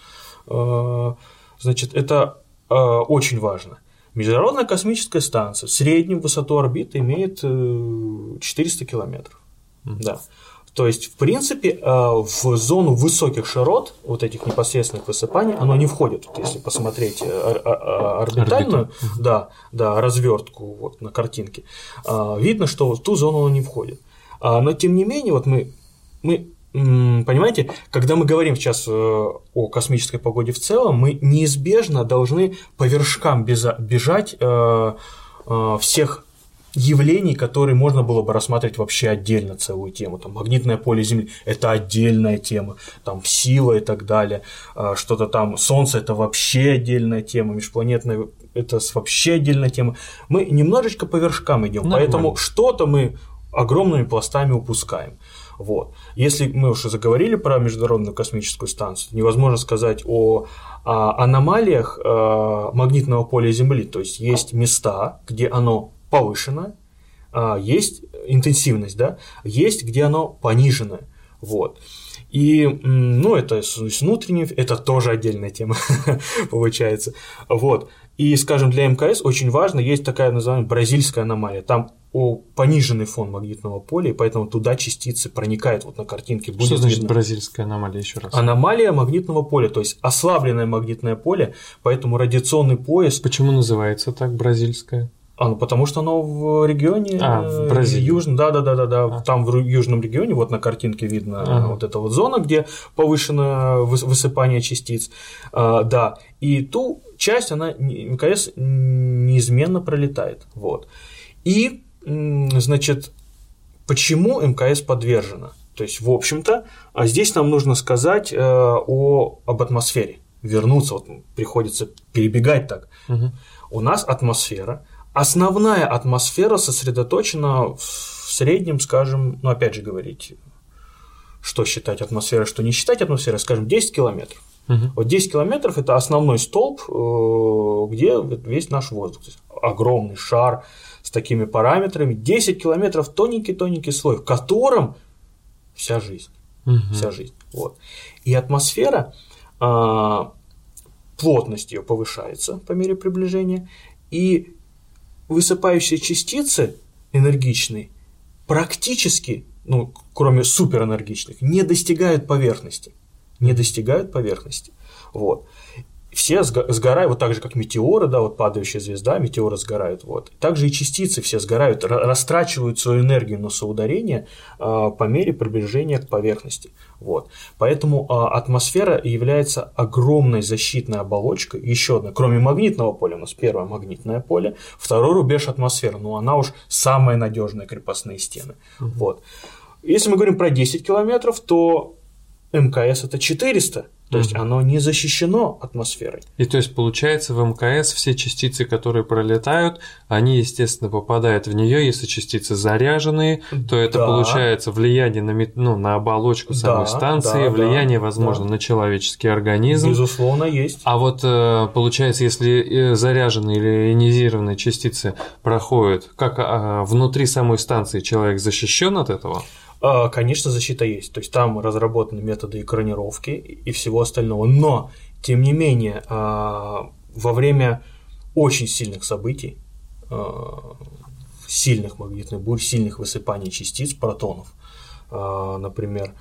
[SPEAKER 2] Значит, это очень важно. Международная космическая станция в среднем высоту орбиты имеет четыреста километров. Mm-hmm. Да. То есть, в принципе, в зону высоких широт, вот этих непосредственных высыпаний, оно не входит. Вот если посмотреть орбитальную mm-hmm. да, да, развертку вот на картинке, видно, что в ту зону оно не входит. Но, тем не менее, вот мы, мы понимаете, когда мы говорим сейчас о космической погоде в целом, мы неизбежно должны по вершкам бежать всех явлений, которые можно было бы рассматривать вообще отдельно целую тему. Там магнитное поле Земли – это отдельная тема, там сила и так далее, что-то там Солнце – это вообще отдельная тема, межпланетная – это вообще отдельная тема. Мы немножечко по вершкам идем, Нормально. Поэтому что-то мы огромными пластами упускаем. Вот. Если мы уже заговорили про Международную космическую станцию, невозможно сказать о, о аномалиях магнитного поля Земли. То есть есть места, где оно повышено, есть интенсивность, да, есть где оно пониженное. Вот. И ну, это с внутренней, это тоже отдельная тема получается. Вот. И, скажем, для МКС очень важно, есть такая называемая бразильская аномалия. Там пониженный фон магнитного поля, и поэтому туда частицы проникают. Вот на картинке будет
[SPEAKER 1] Что значит
[SPEAKER 2] видно.
[SPEAKER 1] Бразильская аномалия еще раз?
[SPEAKER 2] Аномалия магнитного поля, то есть ослабленное магнитное поле, поэтому радиационный пояс.
[SPEAKER 1] Почему называется так бразильская?
[SPEAKER 2] А, ну потому что оно в регионе
[SPEAKER 1] а, в Бразилии.
[SPEAKER 2] Южном, да, да, да, да, да. А. Там в южном регионе, вот на картинке видно а. вот эта вот зона, где повышено высыпание частиц, а, да. И ту часть она МКС неизменно пролетает, вот. И значит, почему МКС подвержена? То есть, в общем-то, а здесь нам нужно сказать э, о, об атмосфере. Вернуться, вот приходится перебегать так. Угу. У нас атмосфера. Основная атмосфера сосредоточена в среднем, скажем, ну, опять же говорить, что считать атмосферой, что не считать атмосферой, скажем, десять километров. Угу. Вот десять километров – это основной столб, где весь наш воздух. То есть огромный шар с такими параметрами. десять километров – тоненький-тоненький слой, в котором вся жизнь. Угу. Вся жизнь. Вот. И атмосфера, плотность ее повышается по мере приближения, и высыпающие частицы энергичные практически, ну, кроме суперэнергичных, не достигают поверхности. Не достигают поверхности. Вот. Все сгорают, вот так же, как метеоры, да, вот падающая звезда, метеоры сгорают. Вот. Также и частицы все сгорают, растрачивают свою энергию на соударение а, по мере приближения к поверхности. Вот. Поэтому а, атмосфера является огромной защитной оболочкой. Еще одна, кроме магнитного поля, у нас первое магнитное поле, второй рубеж атмосферы, но она уж самая надежная, крепостные стены. Mm-hmm. Вот. Если мы говорим про десять километров, то МКС это четыреста. То есть оно не защищено атмосферой.
[SPEAKER 1] И то есть получается в МКС все частицы, которые пролетают, они, естественно, попадают в нее. Если частицы заряженные, то это да. получается влияние на, ну, на оболочку самой да, станции, да, влияние, да, возможно, да. на человеческий организм.
[SPEAKER 2] Безусловно, есть.
[SPEAKER 1] А вот получается, если заряженные или ионизированные частицы проходят, как внутри самой станции человек защищен от этого?
[SPEAKER 2] Конечно, защита есть, то есть там разработаны методы экранировки и всего остального, но, тем не менее, во время очень сильных событий, сильных магнитных бурь, сильных высыпаний частиц, протонов, например,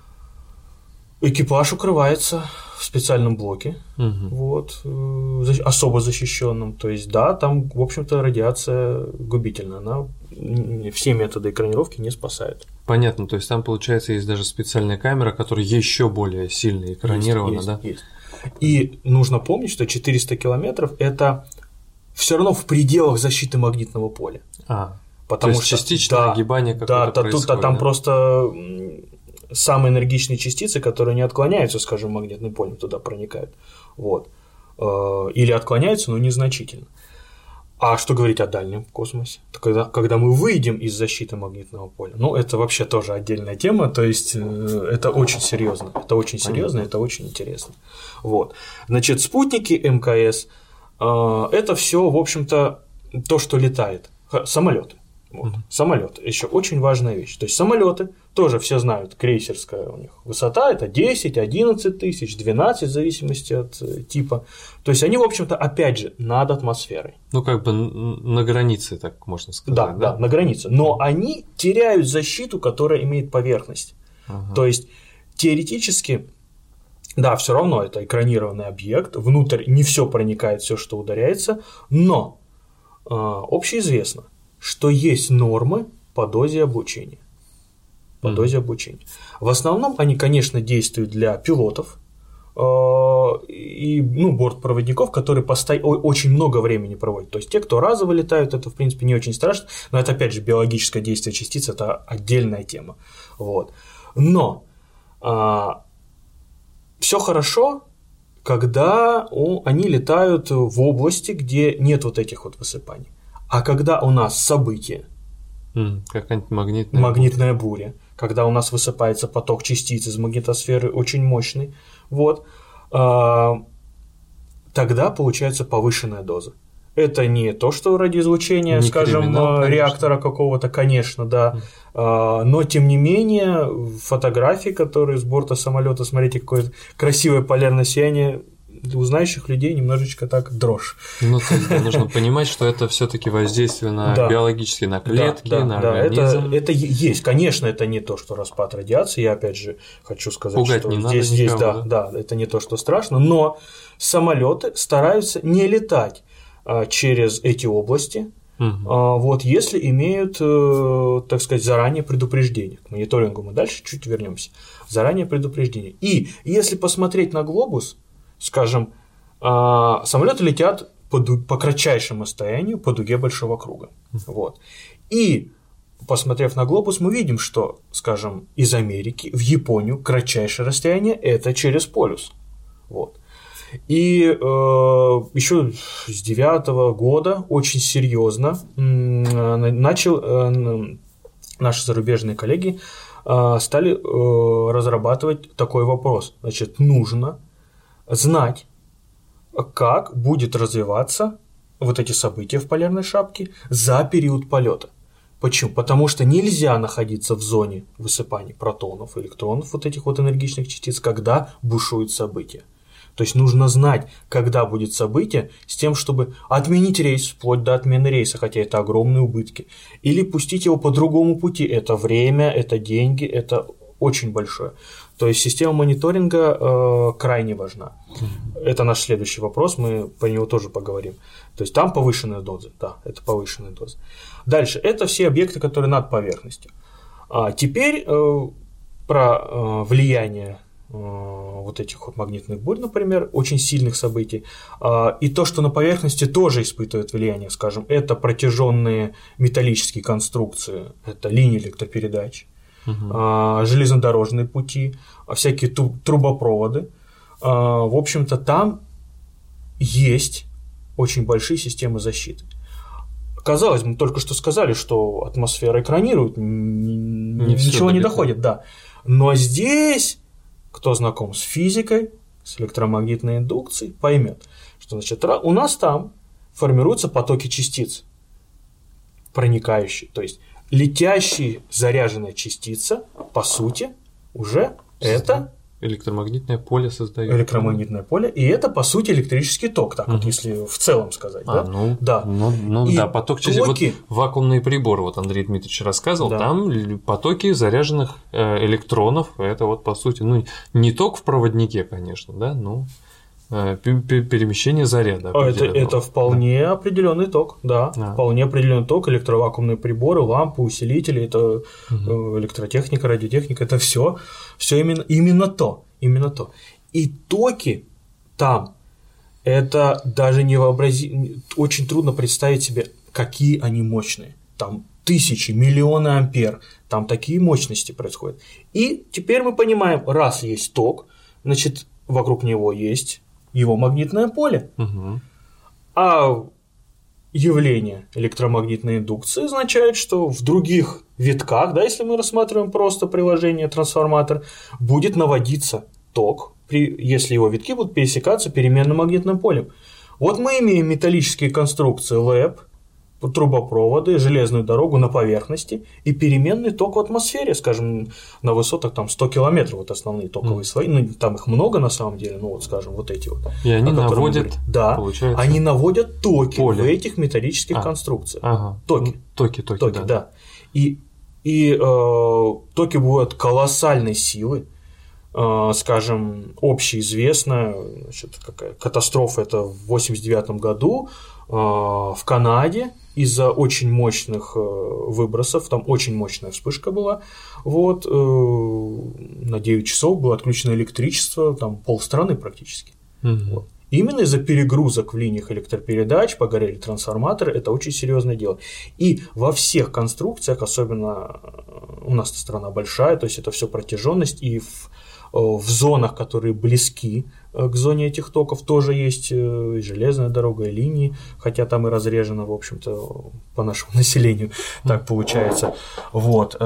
[SPEAKER 2] экипаж укрывается в специальном блоке, угу. вот, особо защищенном. То есть, да, там, в общем-то, радиация губительна. Она все методы экранировки не спасают.
[SPEAKER 1] Понятно, то есть там, получается, есть даже специальная камера, которая еще более сильно экранирована,
[SPEAKER 2] есть,
[SPEAKER 1] да?
[SPEAKER 2] Есть. И нужно помнить, что четыреста километров – это все равно в пределах защиты магнитного поля.
[SPEAKER 1] А,
[SPEAKER 2] потому
[SPEAKER 1] то есть
[SPEAKER 2] что
[SPEAKER 1] частичное да, огибание какое-то
[SPEAKER 2] да,
[SPEAKER 1] происходит.
[SPEAKER 2] Да, там
[SPEAKER 1] да?
[SPEAKER 2] просто самые энергичные частицы, которые не отклоняются, скажем, магнитным полем, туда проникают. Вот. Или отклоняются, но незначительно. А что говорить о дальнем космосе? Когда, когда мы выйдем из защиты магнитного поля, ну, это вообще тоже отдельная тема, то есть это очень серьезно, это очень серьезно, это очень интересно. Вот. Значит, спутники МКС – это все, в общем-то, то, что летает. Самолеты. Вот. Mm-hmm. Самолеты еще очень важная вещь. То есть самолеты тоже все знают, крейсерская у них высота это десять, одиннадцать тысяч, двенадцать в зависимости от типа. То есть они, в общем-то, опять же, над атмосферой.
[SPEAKER 1] Ну, как бы на границе, так можно сказать.
[SPEAKER 2] Да, да, да на границе. Но они теряют защиту, которая имеет поверхность. Ага. То есть теоретически, да, все равно это экранированный объект, внутрь не все проникает, все, что ударяется, но э, общеизвестно, что есть нормы по дозе облучения. По mm. дозе облучения. В основном они, конечно, действуют для пилотов э, и ну, бортпроводников, которые посто... очень много времени проводят. То есть те, кто разово летают, это в принципе не очень страшно, но это опять же биологическое действие частиц, это отдельная тема. Вот. Но э, все хорошо, когда о, они летают в области, где нет вот этих вот высыпаний. А когда у нас событие,
[SPEAKER 1] mm, какая-нибудь магнитная,
[SPEAKER 2] магнитная буря, когда у нас высыпается поток частиц из магнитосферы очень мощный, вот, э, тогда получается повышенная доза. Это не то, что радиоизлучение, не скажем, криминал, реактора какого-то, конечно, да, mm. э, но тем не менее фотографии, которые с борта самолета, смотрите, какое красивое полярное сияние. У знающих людей немножечко так дрожь.
[SPEAKER 1] Ну, тогда нужно понимать, что это все-таки воздействие на да. биологические, на клетки, да, да, на
[SPEAKER 2] да,
[SPEAKER 1] организм.
[SPEAKER 2] Это, это есть. Конечно, это не то, что распад радиации. Я опять же хочу сказать,
[SPEAKER 1] пугать
[SPEAKER 2] что
[SPEAKER 1] не
[SPEAKER 2] здесь,
[SPEAKER 1] надо
[SPEAKER 2] здесь
[SPEAKER 1] никого,
[SPEAKER 2] да, да, да, это не то, что страшно, но самолеты стараются не летать а, через эти области. Угу. А, вот, если имеют, э, так сказать, заранее предупреждение. К мониторингу мы дальше чуть вернемся. Заранее предупреждение. И если посмотреть на глобус, скажем, самолеты летят по, по кратчайшему расстоянию по дуге большого круга. Вот. И посмотрев на глобус, мы видим, что, скажем, из Америки в Японию кратчайшее расстояние – это через полюс. Вот. И э, еще с девятого года очень серьезно э, начал, э, наши зарубежные коллеги э, стали э, разрабатывать такой вопрос. Значит, нужно знать, как будет развиваться вот эти события в полярной шапке за период полета. Почему? Потому что нельзя находиться в зоне высыпания протонов, электронов, вот этих вот энергичных частиц, когда бушуют события. То есть нужно знать, когда будет событие, с тем, чтобы отменить рейс, вплоть до отмены рейса, хотя это огромные убытки, или пустить его по другому пути. Это время, это деньги, это очень большое. То есть система мониторинга э, крайне важна. Это наш следующий вопрос, мы по нему тоже поговорим. То есть там повышенные дозы, да, это повышенные дозы. Дальше, это все объекты, которые над поверхностью. А теперь э, про э, влияние э, вот этих вот магнитных бурь, например, очень сильных событий. Э, и то, что на поверхности тоже испытывает влияние, скажем, это протяженные металлические конструкции, это линии электропередач, Uh-huh. железнодорожные пути, всякие трубопроводы. В общем-то, там есть очень большие системы защиты. Казалось, мы только что сказали, что атмосфера экранирует, не ничего не доходит, да. Но здесь, кто знаком с физикой, с электромагнитной индукцией, поймет, что значит, у нас там формируются потоки частиц, проникающие, то есть летящая заряженная частица, по сути, уже это
[SPEAKER 1] электромагнитное поле создает.
[SPEAKER 2] Электромагнитное поле, и это, по сути, электрический ток, так угу. вот, если в целом сказать.
[SPEAKER 1] А,
[SPEAKER 2] да?
[SPEAKER 1] Ну,
[SPEAKER 2] да.
[SPEAKER 1] Ну, ну да, поток через токи... вот вакуумные приборы, вот Андрей Дмитриевич рассказывал, да. Там потоки заряженных электронов, это вот, по сути, ну, не ток в проводнике, конечно, да, ну... перемещение заряда.
[SPEAKER 2] Это, это вполне да. определенный ток, да, а. вполне определенный ток, электровакуумные приборы, лампы, усилители, это угу. электротехника, радиотехника, это все, все именно, именно то, именно то. И токи там, это даже невообразимо, очень трудно представить себе, какие они мощные. Там тысячи, миллионы ампер, там такие мощности происходят. И теперь мы понимаем, раз есть ток, значит, вокруг него есть его магнитное поле. Угу. А явление электромагнитной индукции означает, что в других витках, да, если мы рассматриваем просто приложение трансформатор, будет наводиться ток, при, если его витки будут пересекаться переменным магнитным полем. Вот мы имеем металлические конструкции ЛЭП, трубопроводы, железную дорогу на поверхности и переменный ток в атмосфере, скажем, на высотах там сто километров, вот основные токовые mm. слои, ну там их много на самом деле, ну вот скажем, вот эти вот.
[SPEAKER 1] И они наводят,
[SPEAKER 2] да, получается, они наводят токи поле. В этих металлических
[SPEAKER 1] а.
[SPEAKER 2] конструкциях.
[SPEAKER 1] Ага.
[SPEAKER 2] Токи.
[SPEAKER 1] Токи, токи,
[SPEAKER 2] токи,
[SPEAKER 1] да.
[SPEAKER 2] да. И, и э, токи бывают колоссальной силы. Скажем, общеизвестная, значит, какая катастрофа это в восемьдесят девятом году в Канаде из-за очень мощных выбросов, там очень мощная вспышка была, вот, на девять часов было отключено электричество, там полстраны практически. Угу. Вот. Именно из-за перегрузок в линиях электропередач погорели трансформаторы, это очень серьезное дело. И во всех конструкциях, особенно у нас страна большая, то есть это все протяженность, и в В зонах, которые близки к зоне этих токов, тоже есть и железная дорога, и линии, хотя там и разрежено, в общем-то, по нашему населению, так получается. Вот.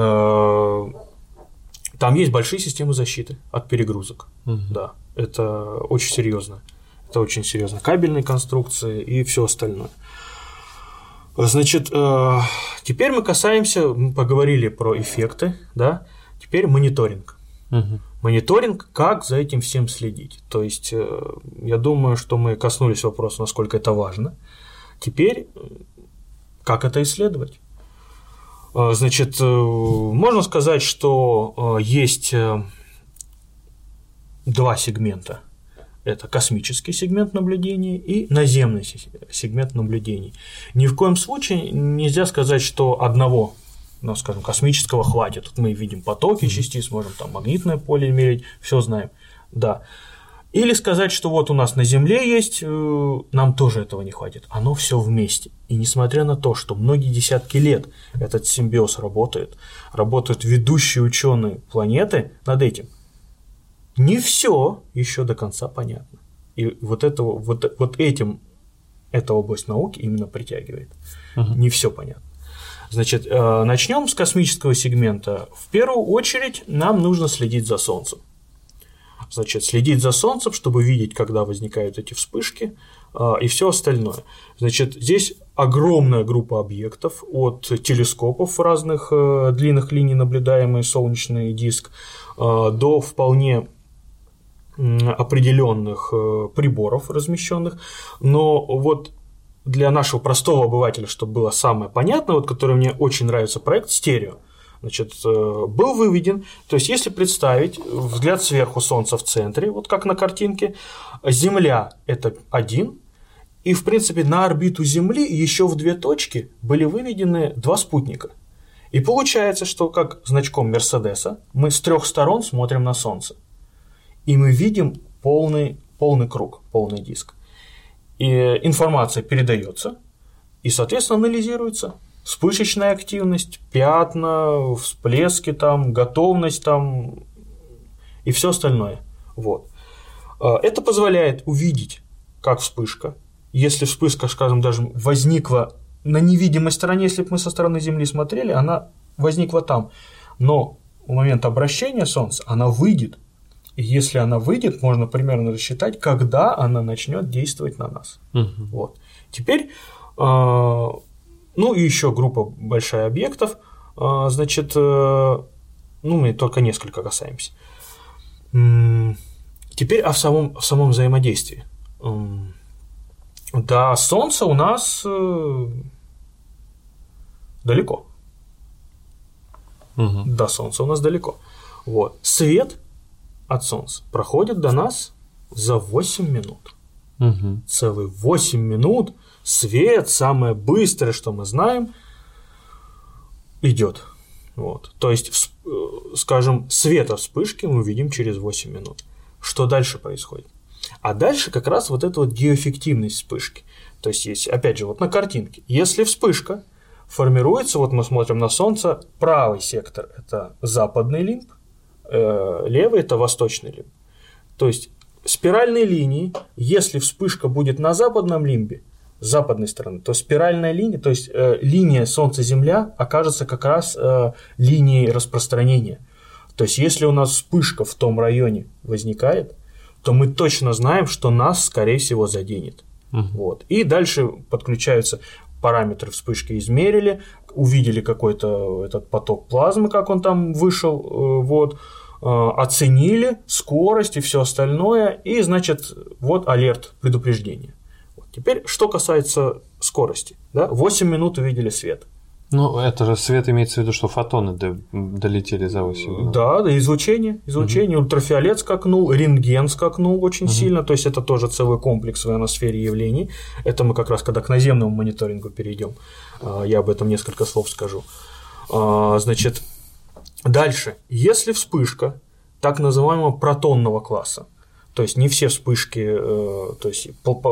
[SPEAKER 2] Там есть большие системы защиты от перегрузок. Угу. Да, это очень серьезно. Это очень серьезно. Кабельные конструкции и все остальное. Значит, теперь мы касаемся, мы поговорили про эффекты, да, теперь мониторинг. Угу. Мониторинг, как за этим всем следить. То есть, я думаю, что мы коснулись вопроса, насколько это важно. Теперь, как это исследовать? Значит, можно сказать, что есть два сегмента. Это космический сегмент наблюдений и наземный сегмент наблюдений. Ни в коем случае нельзя сказать, что одного, ну, скажем, космического хватит. Тут мы видим потоки частиц, можем там магнитное поле мерить, все знаем. Да. Или сказать, что вот у нас на Земле есть, нам тоже этого не хватит. Оно все вместе. И несмотря на то, что многие десятки лет этот симбиоз работает, работают ведущие ученые планеты над этим, не все еще до конца понятно. И вот, этого, вот, вот этим эта область науки именно притягивает. Uh-huh. Не все понятно. Значит, начнем с космического сегмента. В первую очередь нам нужно следить за Солнцем. Значит, следить за Солнцем, чтобы видеть, когда возникают эти вспышки и все остальное. Значит, здесь огромная группа объектов, от телескопов разных длинных линий, наблюдаемый солнечный диск, до вполне определенных приборов размещенных. Но вот для нашего простого обывателя, чтобы было самое понятное, вот, который мне очень нравится, проект стерео. Значит, был выведен, то есть если представить взгляд сверху, Солнце в центре, вот как на картинке, Земля – это один, и в принципе на орбиту Земли еще в две точки были выведены два спутника. И получается, что как значком Мерседеса мы с трех сторон смотрим на Солнце, и мы видим полный, полный круг, полный диск. И информация передается и, соответственно, анализируется. Вспышечная активность, пятна, всплески, там, готовность там, и все остальное. Вот. Это позволяет увидеть, как вспышка. Если вспышка, скажем, даже возникла на невидимой стороне, если бы мы со стороны Земли смотрели, она возникла там. Но в момент обращения Солнца она выйдет. И если она выйдет, можно примерно рассчитать, когда она начнет действовать на нас. Угу. Вот. Теперь. Ну и еще группа большая объектов, значит, ну мы только несколько касаемся. Теперь о самом, о самом взаимодействии. До Солнца у нас далеко. Угу. До Солнца у нас далеко. Вот. Свет от Солнца проходит до нас за восемь минут. Угу. Целые восемь минут. Свет, самое быстрое, что мы знаем, идет. Вот. То есть, скажем, света вспышки мы видим через восемь минут. Что дальше происходит? А дальше как раз вот эта вот геоэффективность вспышки. То есть, есть, опять же, вот на картинке. Если вспышка формируется, вот мы смотрим на Солнце, правый сектор – это западный лимб, э, левый – это восточный лимб. То есть, спиральные линии, если вспышка будет на западном лимбе, с западной стороны, то спиральная линия, то есть э, линия Солнце-Земля окажется как раз э, линией распространения. То есть если у нас вспышка в том районе возникает, то мы точно знаем, что нас, скорее всего, заденет. Uh-huh. Вот. И дальше подключаются параметры вспышки, измерили, увидели какой-то этот поток плазмы, как он там вышел, э, вот, э, оценили скорость и все остальное, и, значит, вот алерт, предупреждение. Теперь, что касается скорости. Да? восемь минут увидели свет.
[SPEAKER 1] Ну, это же свет имеется в виду, что фотоны до, долетели за восемь минут.
[SPEAKER 2] Да, да, излучение. излучение. Угу. Ультрафиолет скакнул, рентген скакнул очень угу. сильно. То есть, это тоже целый комплекс в ионосфере явлений. Это мы как раз, когда к наземному мониторингу перейдем, я об этом несколько слов скажу. Значит, дальше. Если вспышка так называемого протонного класса, то есть не все вспышки, то есть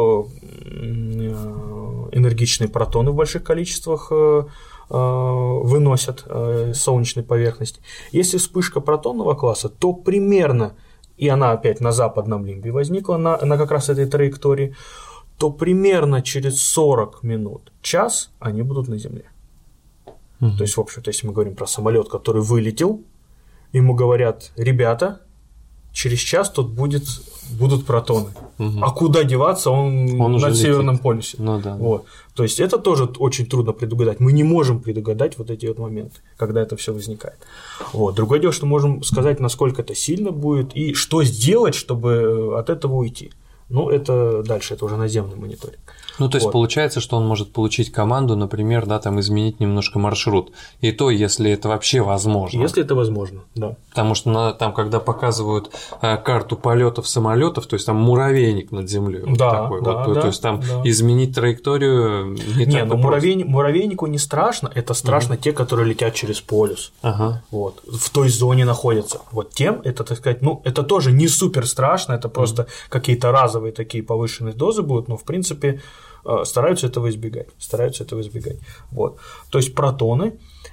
[SPEAKER 2] энергичные протоны в больших количествах выносят с солнечной поверхности. Если вспышка протонного класса, то примерно, и она опять на западном лимбе возникла, на, на как раз этой траектории, то примерно через сорок минут, час они будут на Земле. Угу. То есть, в общем-то, если мы говорим про самолет, который вылетел, ему говорят: ребята, через час тут будет, будут протоны. Угу. А куда деваться, он, он на Северном летит. полюсе.
[SPEAKER 1] Ну, да.
[SPEAKER 2] Вот. То есть это тоже очень трудно предугадать. Мы не можем предугадать вот эти вот моменты, когда это все возникает. Вот. Другое дело, что можем сказать, насколько это сильно будет и что сделать, чтобы от этого уйти. Ну, это дальше, это уже наземный мониторинг.
[SPEAKER 1] Ну, то есть
[SPEAKER 2] вот.
[SPEAKER 1] Получается, что он может получить команду, например, да, там изменить немножко маршрут. И то, если это вообще возможно.
[SPEAKER 2] Если это возможно, да.
[SPEAKER 1] Потому что на, там, когда показывают э, карту полетов самолетов, то есть там муравейник над землей.
[SPEAKER 2] Да,
[SPEAKER 1] вот такой,
[SPEAKER 2] да,
[SPEAKER 1] вот,
[SPEAKER 2] да,
[SPEAKER 1] то есть там
[SPEAKER 2] да.
[SPEAKER 1] изменить траекторию не, не так
[SPEAKER 2] ну муравей, муравейнику не страшно, это страшно угу. те, которые летят через полюс.
[SPEAKER 1] Ага.
[SPEAKER 2] Вот, в той зоне находятся. Вот тем это, так сказать, ну, это тоже не супер страшно, это просто угу. какие-то разовые такие повышенные дозы будут, но в принципе стараются этого избегать. Стараются этого избегать. Вот. То есть протоны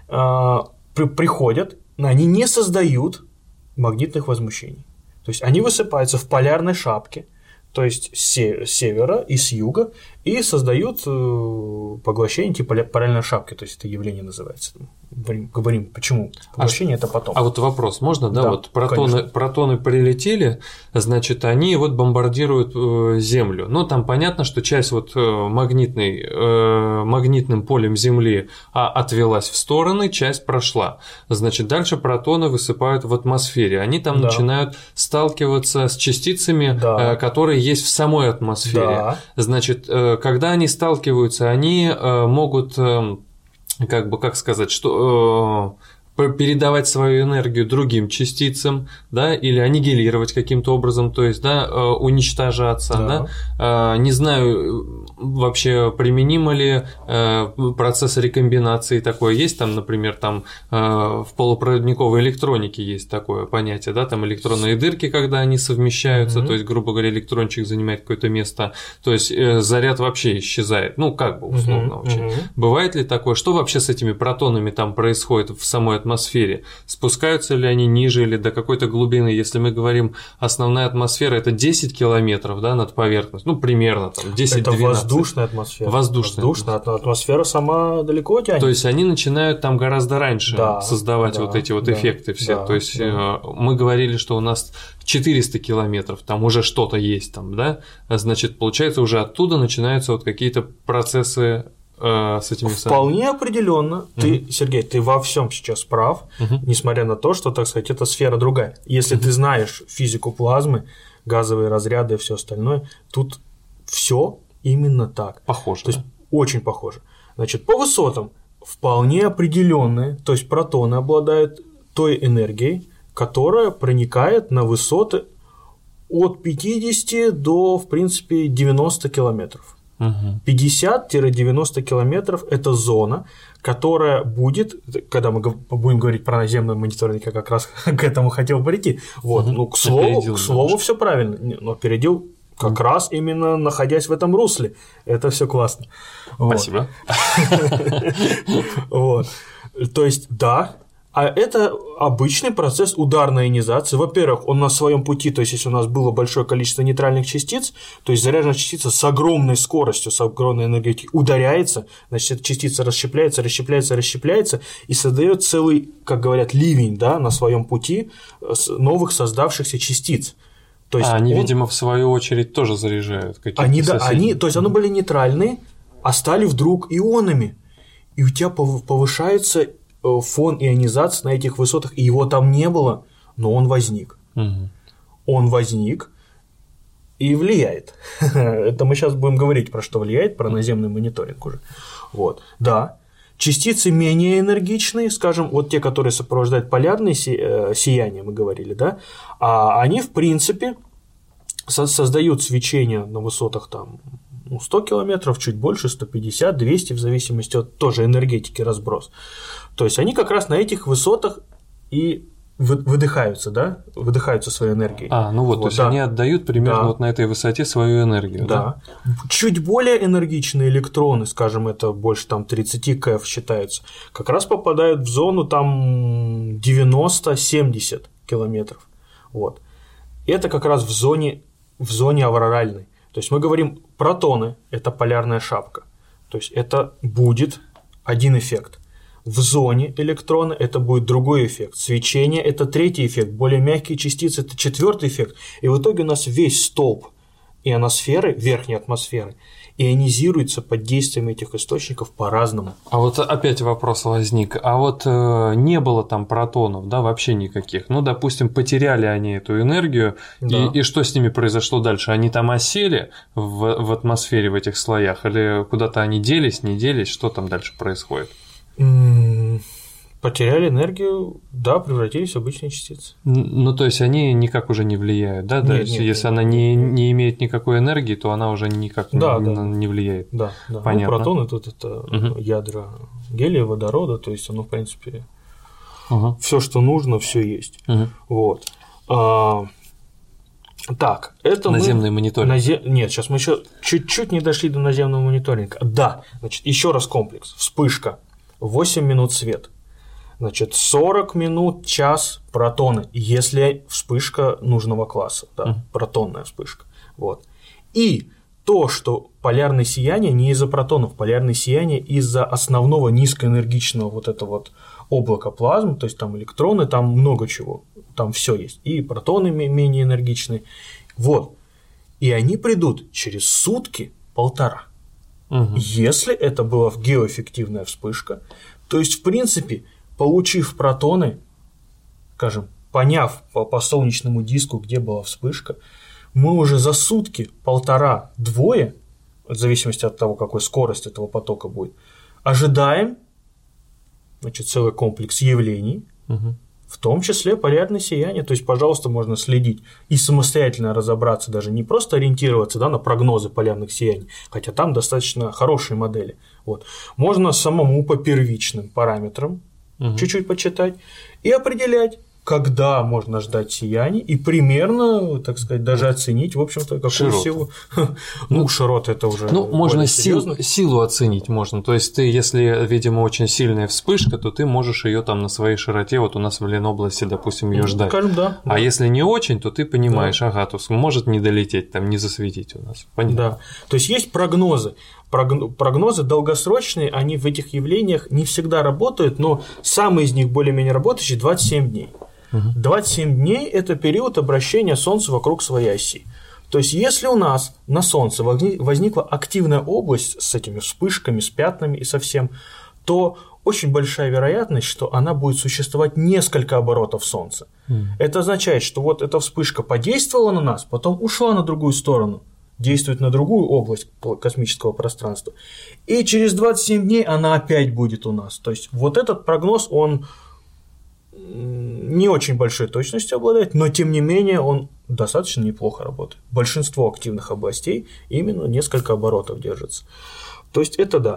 [SPEAKER 2] э, при, приходят, они не создают магнитных возмущений. То есть они высыпаются в полярной шапке, то есть с севера и с юга, и создают э, поглощение типа параллельной шапки, то есть это явление называется. Говорим, говорим почему? Поглощение а, это потом.
[SPEAKER 1] А вот вопрос, можно, да?
[SPEAKER 2] да
[SPEAKER 1] вот протоны, протоны прилетели, значит, они вот бомбардируют э, Землю. Ну, там понятно, что часть вот э, магнитной, э, магнитным полем Земли а, отвелась в стороны, часть прошла. Значит, дальше протоны высыпают в атмосфере. Они там да. начинают сталкиваться с частицами, да. э, которые есть в самой атмосфере. Да. Значит, э, когда они сталкиваются, они э, могут... Э, как бы, как сказать, что э, передавать свою энергию другим частицам, да, или аннигилировать каким-то образом, то есть, да, э, уничтожаться, да, да? Э, не знаю, вообще применимо ли э, процесс рекомбинации такое есть, там, например, там э, в полупроводниковой электронике есть такое понятие, да, там электронные дырки, когда они совмещаются, mm-hmm. то есть, грубо говоря, электрончик занимает какое-то место, то есть э, заряд вообще исчезает, ну, как бы условно mm-hmm. вообще. Mm-hmm. Бывает ли такое, что вообще с этими протонами там происходит в самой атмосфере? Спускаются ли они ниже или до какой-то глубины? Если мы говорим, основная атмосфера это десять километров, да, над поверхностью, ну, примерно там десять-двенадцать.
[SPEAKER 2] Это воздушная атмосфера.
[SPEAKER 1] Воздушная.
[SPEAKER 2] Воздушная атмосфера сама далеко тянет.
[SPEAKER 1] То есть они начинают там гораздо раньше да, создавать да, вот эти вот да, эффекты все. Да, То есть да. мы говорили, что у нас четыреста километров, там уже что-то есть там, да, значит, получается, уже оттуда начинаются вот какие-то процессы э, с этими
[SPEAKER 2] Вполне самыми. Определенно. Uh-huh. Ты, Сергей, ты во всем сейчас прав, uh-huh. несмотря на то, что, так сказать, эта сфера другая. Если uh-huh. ты знаешь физику плазмы, газовые разряды и все остальное, тут все именно так.
[SPEAKER 1] Похоже.
[SPEAKER 2] То
[SPEAKER 1] да?
[SPEAKER 2] есть очень похоже. Значит, по высотам вполне определенные, то есть протоны обладают той энергией, которая проникает на высоты от пятидесяти до, в принципе, девяноста километров.
[SPEAKER 1] Угу.
[SPEAKER 2] пятьдесят-девяносто километров – это зона, которая будет, когда мы будем говорить про наземный мониторинг, я как раз к этому хотел прийти. Вот, угу. ну, к слову, к слову все правильно, но опередил как угу. раз именно находясь в этом русле. Это все классно.
[SPEAKER 1] Спасибо.
[SPEAKER 2] Вот. То есть, да. А это обычный процесс ударной ионизации. Во-первых, он на своем пути, то есть, если у нас было большое количество нейтральных частиц, то есть заряженная частица с огромной скоростью, с огромной энергетикой ударяется, значит, эта частица расщепляется, расщепляется, расщепляется и создает целый, как говорят, ливень, да, на своем пути новых создавшихся частиц. То есть
[SPEAKER 1] а они,
[SPEAKER 2] он...
[SPEAKER 1] видимо, в свою очередь тоже заряжают какие-то
[SPEAKER 2] они, да,
[SPEAKER 1] соседи.
[SPEAKER 2] они, то есть, они были нейтральные, а стали вдруг ионами, и у тебя повышается фон ионизации на этих высотах, и его там не было, но он возник.
[SPEAKER 1] Угу.
[SPEAKER 2] Он возник и влияет. Это мы сейчас будем говорить, про что влияет, про наземный мониторинг уже. Вот. Да. Частицы менее энергичные, скажем, вот те, которые сопровождают полярные сияния, мы говорили, да, а они, в принципе, создают свечение на высотах там, ну, сто километров, чуть больше, сто пятьдесят, двести, в зависимости от тоже энергетики разброс. То есть они как раз на этих высотах и выдыхаются, да, выдыхаются своей энергией.
[SPEAKER 1] А, ну вот, вот то есть да. они отдают примерно
[SPEAKER 2] да.
[SPEAKER 1] вот на этой высоте свою энергию.
[SPEAKER 2] Да. да. Чуть более энергичные электроны, скажем, это больше там тридцать кэф считается, как раз попадают в зону там девяносто-семьдесят километров. Вот. Это как раз в зоне, в зоне авроральной. То есть мы говорим, протоны – это полярная шапка. То есть это будет один эффект. В зоне электрона это будет другой эффект. Свечение – это третий эффект. Более мягкие частицы – это четвертый эффект. И в итоге у нас весь столб ионосферы, верхней атмосферы, ионизируется под действием этих источников по-разному.
[SPEAKER 1] А вот опять вопрос возник. А вот э, не было там протонов, да, вообще никаких. Ну, допустим, потеряли они эту энергию, да. и, и что с ними произошло дальше? Они там осели в, в атмосфере, в этих слоях, или куда-то они делись, не делись? Что там дальше происходит?
[SPEAKER 2] Потеряли энергию, да, превратились в обычные частицы.
[SPEAKER 1] Ну, то есть они никак уже не влияют, да? Нет, есть, нет, если нет, она не, не имеет никакой энергии, то она уже никак да, не, да. не влияет.
[SPEAKER 2] Да, да.
[SPEAKER 1] Понятно.
[SPEAKER 2] Ну, протоны тут это угу. ядра гелия, водорода, то есть оно, в принципе, угу. все, что нужно, все есть. Угу. Вот. А, так, это
[SPEAKER 1] наземный
[SPEAKER 2] мы...
[SPEAKER 1] мониторинг.
[SPEAKER 2] Назе... Нет, сейчас мы еще чуть-чуть не дошли до наземного мониторинга. Да, значит, еще раз комплекс. Вспышка. восемь минут свет. Значит, сорок минут, час протоны, если вспышка нужного класса, да, mm. протонная вспышка. Вот. И то, что полярное сияние не из-за протонов, полярное сияние из-за основного низкоэнергичного вот этого вот облака плазмы, то есть там электроны, там много чего, там все есть. И протоны менее энергичные. Вот. И они придут через сутки-полтора. Mm-hmm. Если это была геоэффективная вспышка, то есть, в принципе, получив протоны, скажем, поняв по, по солнечному диску, где была вспышка, мы уже за сутки, полтора, двое, в зависимости от того, какой скорость этого потока будет, ожидаем, значит, целый комплекс явлений, угу. в том числе полярное сияние. То есть, пожалуйста, можно следить и самостоятельно разобраться, даже не просто ориентироваться, да, на прогнозы полярных сияний, хотя там достаточно хорошие модели. Вот. Можно самому по первичным параметрам угу. чуть-чуть почитать и определять, когда можно ждать сияний, и примерно, так сказать, даже оценить, в общем-то, какую широту. Силу. Ну, широт это уже.
[SPEAKER 1] Ну, можно сил, силу оценить можно. То есть, ты, если, видимо, очень сильная вспышка, то ты можешь ее там на своей широте, вот у нас в Ленобласти, допустим, ее ждать.
[SPEAKER 2] Скажем, да.
[SPEAKER 1] А да. если не очень, то ты понимаешь, да. ага, то может не долететь, там, не засветить у нас. Понятно.
[SPEAKER 2] Да. То есть есть прогнозы. Прогнозы долгосрочные, они в этих явлениях не всегда работают, но самый из них более-менее работающий двадцать семь дней. двадцать семь дней – это период обращения Солнца вокруг своей оси. То есть, если у нас на Солнце возникла активная область с этими вспышками, с пятнами и со всем, то очень большая вероятность, что она будет существовать несколько оборотов Солнца. Mm. Это означает, что вот эта вспышка подействовала на нас, потом ушла на другую сторону, действует на другую область космического пространства, и через двадцать семь дней она опять будет у нас. То есть, вот этот прогноз, он не очень большой точностью обладает, но тем не менее он достаточно неплохо работает. Большинство активных областей именно несколько оборотов держится. То есть это да.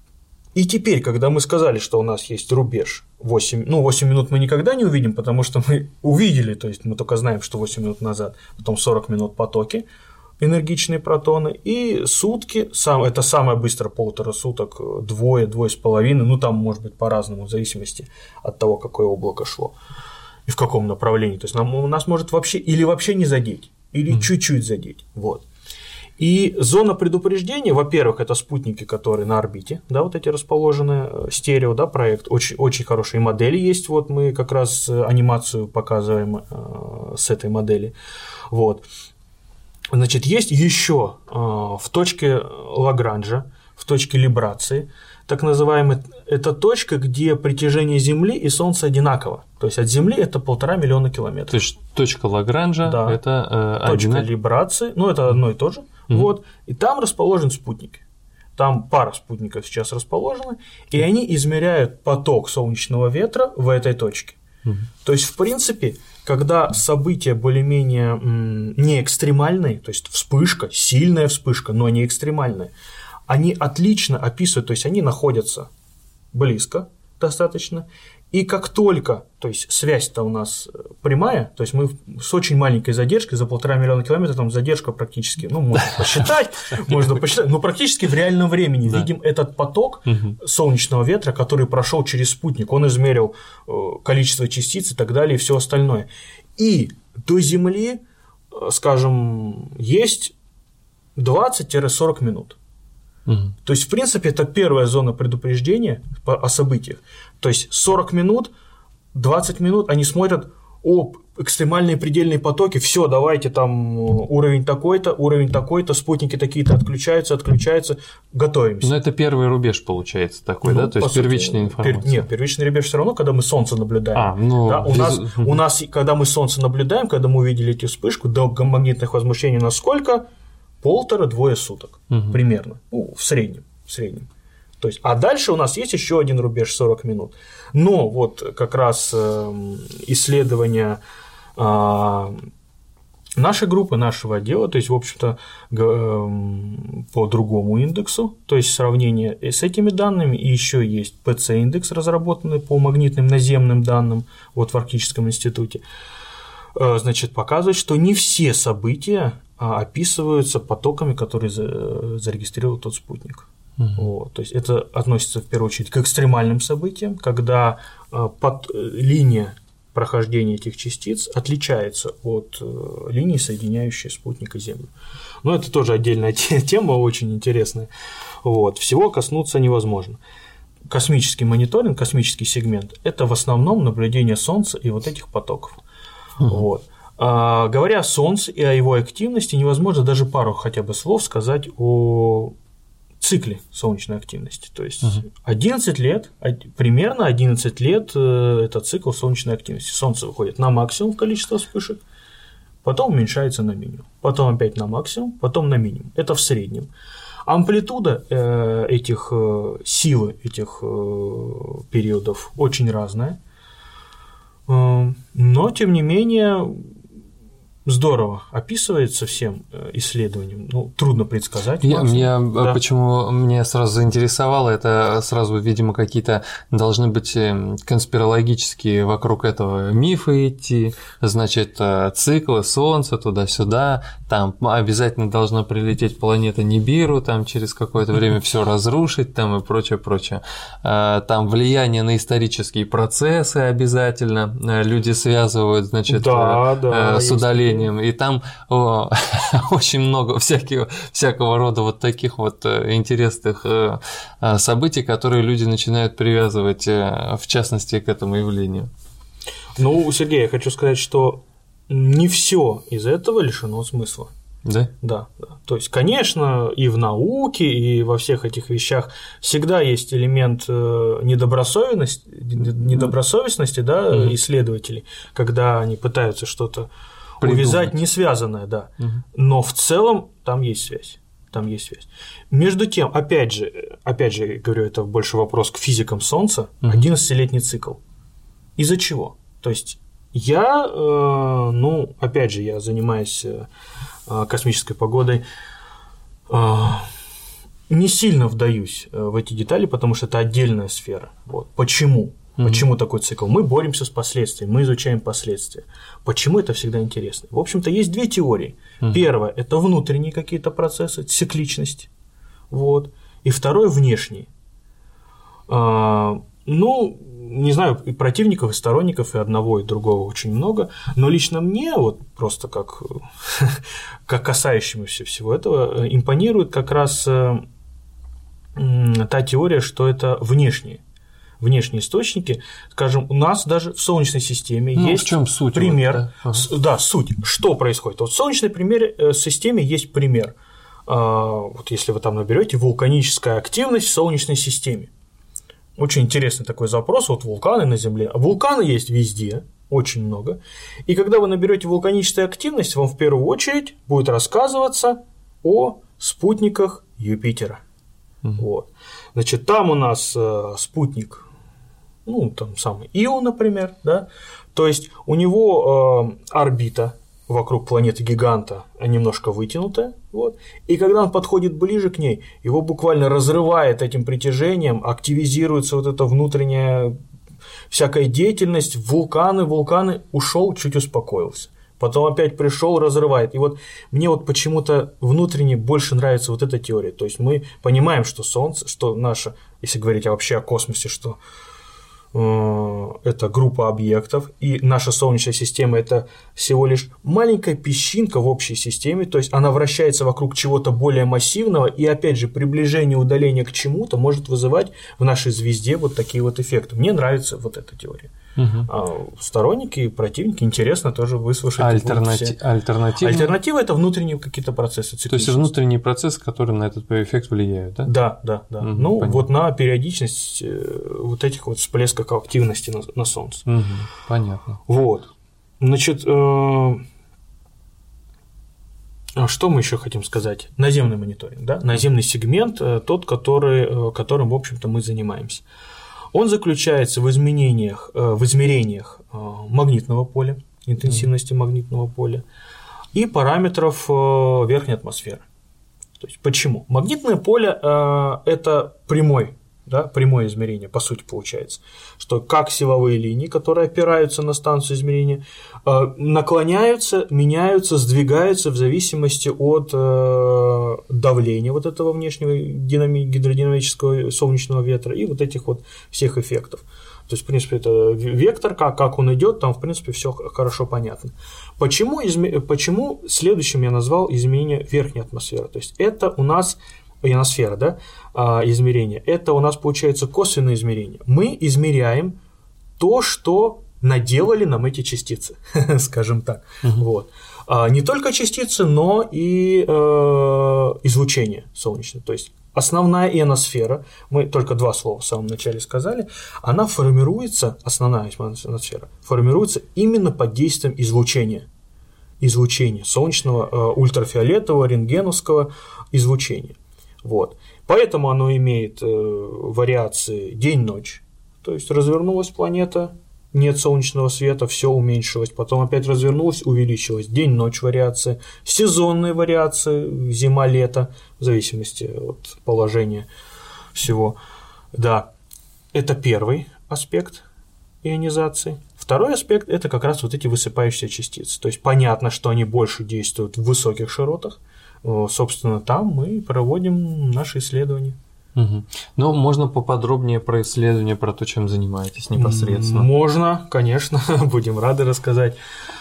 [SPEAKER 2] И теперь, когда мы сказали, что у нас есть рубеж восемь, ну восемь минут мы никогда не увидим, потому что мы увидели, то есть мы только знаем, что восемь минут назад, потом сорок минут потоки, энергичные протоны, и сутки, сам, это самое быстрое полтора суток, двое, двое с половиной, ну там может быть по-разному, в зависимости от того, какое облако шло и в каком направлении. То есть нам, нас может вообще или вообще не задеть, или mm-hmm. чуть-чуть задеть. Вот. И зона предупреждения, во-первых, это спутники, которые на орбите, да, вот эти расположенные, стерео, да, проект, очень, очень хорошие модели есть, вот мы как раз анимацию показываем э, с этой модели. Вот. Значит, есть еще э, в точке Лагранжа, в точке либрации, так называемая, это точка, где притяжение Земли и Солнца одинаково. То есть от Земли это полтора миллиона километров.
[SPEAKER 1] То есть точка Лагранжа да. это э,
[SPEAKER 2] точка
[SPEAKER 1] одина...
[SPEAKER 2] либрации, ну это одно и то же. Mm-hmm. Вот, и там расположены спутники. Там пара спутников сейчас расположены, и они измеряют поток солнечного ветра в этой точке. Mm-hmm. То есть, в принципе, когда события более-менее м, не экстремальные, то есть вспышка, сильная вспышка, но не экстремальная, они отлично описывают, то есть они находятся близко достаточно, и как только, то есть связь-то у нас прямая, то есть мы с очень маленькой задержкой, за полтора миллиона километров, там задержка практически, ну, можно посчитать, можно посчитать, но практически в реальном времени видим этот поток солнечного ветра, который прошел через спутник, он измерил количество частиц и так далее, и все остальное. И до Земли, скажем, есть двадцать-сорок минут. Угу. То есть, в принципе, это первая зона предупреждения о событиях. То есть, сорок минут, двадцать минут они смотрят о, экстремальные предельные потоки, все, давайте там уровень такой-то, уровень такой-то, спутники такие-то отключаются, отключаются, готовимся.
[SPEAKER 1] Но это первый рубеж получается такой, ну, да? То есть сути, первичная информация.
[SPEAKER 2] Пер... Нет, первичный рубеж все равно, когда мы Солнце наблюдаем.
[SPEAKER 1] А, ну,
[SPEAKER 2] да? у, без... нас, у нас, когда мы Солнце наблюдаем, когда мы увидели эту вспышку, до гамма-магнитных возмущений на сколько? Полтора-двое суток угу. примерно, ну, в среднем, в среднем. То есть, а дальше у нас есть еще один рубеж сорок минут. Но вот как раз э, исследования э, нашей группы, нашего отдела, то есть, в общем-то, э, по другому индексу, то есть сравнение с этими данными, и еще есть пэ цэ-индекс, разработанный по магнитным наземным данным вот в Арктическом институте, э, значит, показывает, что не все события описываются потоками, которые зарегистрировал тот спутник. Uh-huh. Вот, то есть это относится в первую очередь к экстремальным событиям, когда под, линия прохождения этих частиц отличается от линии, соединяющей спутник и Землю. Но это тоже отдельная тема, очень интересная. Вот, всего коснуться невозможно. Космический мониторинг, космический сегмент – это в основном наблюдение Солнца и вот этих потоков. Uh-huh. Вот. А, говоря о Солнце и о его активности, невозможно даже пару хотя бы слов сказать о цикле солнечной активности. То есть uh-huh. одиннадцать лет, примерно одиннадцать лет это цикл солнечной активности. Солнце выходит на максимум в количество вспышек, потом уменьшается на минимум, потом опять на максимум, потом на минимум. Это в среднем. Амплитуда этих силы этих периодов очень разная, но тем не менее здорово описывается всем исследованием. Ну, трудно предсказать.
[SPEAKER 1] Я, я да. Почему меня сразу заинтересовало, это сразу, видимо, какие-то должны быть конспирологические вокруг этого мифы идти, значит, циклы Солнца туда-сюда, там обязательно должна прилететь планета Нибиру, там через какое-то время все разрушить, там и прочее, прочее. Там влияние на исторические процессы обязательно люди связывают, значит,
[SPEAKER 2] да, да,
[SPEAKER 1] с удалением. И там о, очень много всяких, всякого рода вот таких вот интересных событий, которые люди начинают привязывать, в частности, к этому явлению.
[SPEAKER 2] Ну, Сергей, я хочу сказать, что не все из этого лишено смысла.
[SPEAKER 1] Да?
[SPEAKER 2] Да, да. То есть, конечно, и в науке, и во всех этих вещах всегда есть элемент недобросовестности, недобросовестности, да, mm-hmm. исследователей, когда они пытаются что-то придумать. Увязать не связанное, да. Угу. Но в целом там есть связь. Там есть связь. Между тем, опять же, опять же, говорю, это больше вопрос к физикам Солнца. Угу. одиннадцатилетний цикл. Из-за чего? То есть я, э, ну, опять же, я занимаюсь э, космической погодой, э, не сильно вдаюсь в эти детали, потому что это отдельная сфера. Вот. Почему? Почему mm-hmm. такой цикл? Мы боремся с последствиями, мы изучаем последствия. Почему это всегда интересно? В общем-то, есть две теории. Mm-hmm. Первая – это внутренние какие-то процессы, цикличность. Вот. И второе – внешние. А, ну, не знаю, и противников, и сторонников, и одного, и другого очень много, но лично мне, вот просто как, как касающемуся всего этого, импонирует как раз та теория, что это внешние. Внешние источники, скажем, у нас даже в Солнечной системе ну, есть в чем суть пример, вот, да? Ага. да, суть, что происходит. Вот в Солнечной пример, системе есть пример, вот если вы там наберете вулканическая активность в Солнечной системе. Очень интересный такой запрос, вот вулканы на Земле. Вулканы есть везде, очень много, и когда вы наберете вулканическую активность, вам в первую очередь будет рассказываться о спутниках Юпитера. Угу. Вот. Значит, там у нас э, спутник, ну, там самый Ио, например, да, то есть у него э, орбита вокруг планеты-гиганта немножко вытянутая, вот, и когда он подходит ближе к ней, его буквально разрывает этим притяжением, активизируется вот эта внутренняя всякая деятельность, вулканы, вулканы, ушел, чуть успокоился. Потом опять пришел, разрывает. И вот мне вот почему-то внутренне больше нравится вот эта теория. То есть мы понимаем, что Солнце, что наше, если говорить вообще о космосе, что э, это группа объектов, и наша Солнечная система – это всего лишь маленькая песчинка в общей системе, то есть она вращается вокруг чего-то более массивного, и опять же приближение, удаление к чему-то может вызывать в нашей звезде вот такие вот эффекты. Мне нравится вот эта теория.
[SPEAKER 1] Угу.
[SPEAKER 2] А сторонники и противники интересно тоже выслушать.
[SPEAKER 1] А альтернати... альтернатива?
[SPEAKER 2] Альтернатива – это внутренние какие-то процессы цикличности.
[SPEAKER 1] То есть внутренние процессы, которые на этот эффект влияют, да?
[SPEAKER 2] Да, да, да.
[SPEAKER 1] Угу,
[SPEAKER 2] ну,
[SPEAKER 1] понятно.
[SPEAKER 2] Вот на периодичность вот этих вот всплесков активности на, на Солнце.
[SPEAKER 1] Угу, понятно.
[SPEAKER 2] Вот. Значит, э... что мы еще хотим сказать? Наземный мониторинг, да? Наземный сегмент, тот, который, которым, в общем-то, мы занимаемся. Он заключается в изменениях, в измерениях магнитного поля, интенсивности магнитного поля и параметров верхней атмосферы. То есть почему? Магнитное поле – это прямой, да, прямое измерение, по сути, получается, что как силовые линии, которые опираются на станцию измерения, наклоняются, меняются, сдвигаются в зависимости от давления вот этого внешнего гидродинамического солнечного ветра и вот этих вот всех эффектов. То есть, в принципе, это вектор, как, как он идет, там, в принципе, все хорошо понятно. Почему, изме... Почему следующим я назвал изменение верхней атмосферы? То есть, это у нас ионосфера, да, измерение, это у нас получается косвенное измерение. Мы измеряем то, что наделали нам эти частицы, скажем так. Uh-huh. Вот. А, не только частицы, но и э, излучение солнечное. То есть основная ионосфера, мы только два слова в самом начале сказали, она формируется, основная ионосфера, формируется именно под действием излучения. Излучения солнечного, э, ультрафиолетового, рентгеновского излучения. Вот. Поэтому оно имеет э, вариации день-ночь, то есть развернулась планета, нет солнечного света, все уменьшилось, потом опять развернулось, увеличилось, день-ночь вариации, сезонные вариации, зима-лето, в зависимости от положения всего. Да, это первый аспект ионизации. Второй аспект – это как раз вот эти высыпающиеся частицы. То есть понятно, что они больше действуют в высоких широтах. Собственно, там мы проводим наши исследования.
[SPEAKER 1] Угу. Ну, можно поподробнее про исследования, про то, чем занимаетесь непосредственно?
[SPEAKER 2] Можно, конечно, будем рады рассказать.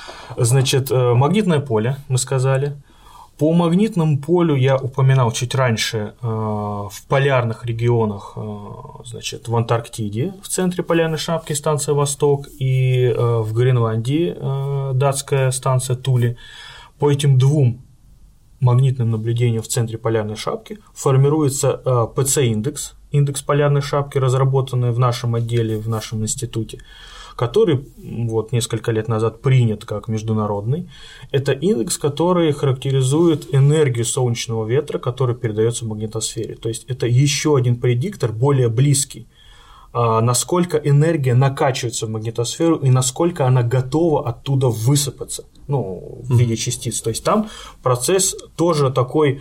[SPEAKER 2] Значит, магнитное поле, мы сказали. По магнитному полю я упоминал чуть раньше в полярных регионах, значит, в Антарктиде, в центре полярной шапки станция «Восток», и в Гренландии датская станция «Тули». По этим двум магнитным наблюдениям в центре полярной шапки формируется пэ цэ-индекс, индекс полярной шапки, разработанный в нашем отделе, в нашем институте, который вот несколько лет назад принят как международный. Это индекс, который характеризует энергию солнечного ветра, который передается в магнитосфере. То есть это еще один предиктор, более близкий, насколько энергия накачивается в магнитосферу и насколько она готова оттуда высыпаться, ну, в виде частиц. То есть там процесс тоже такой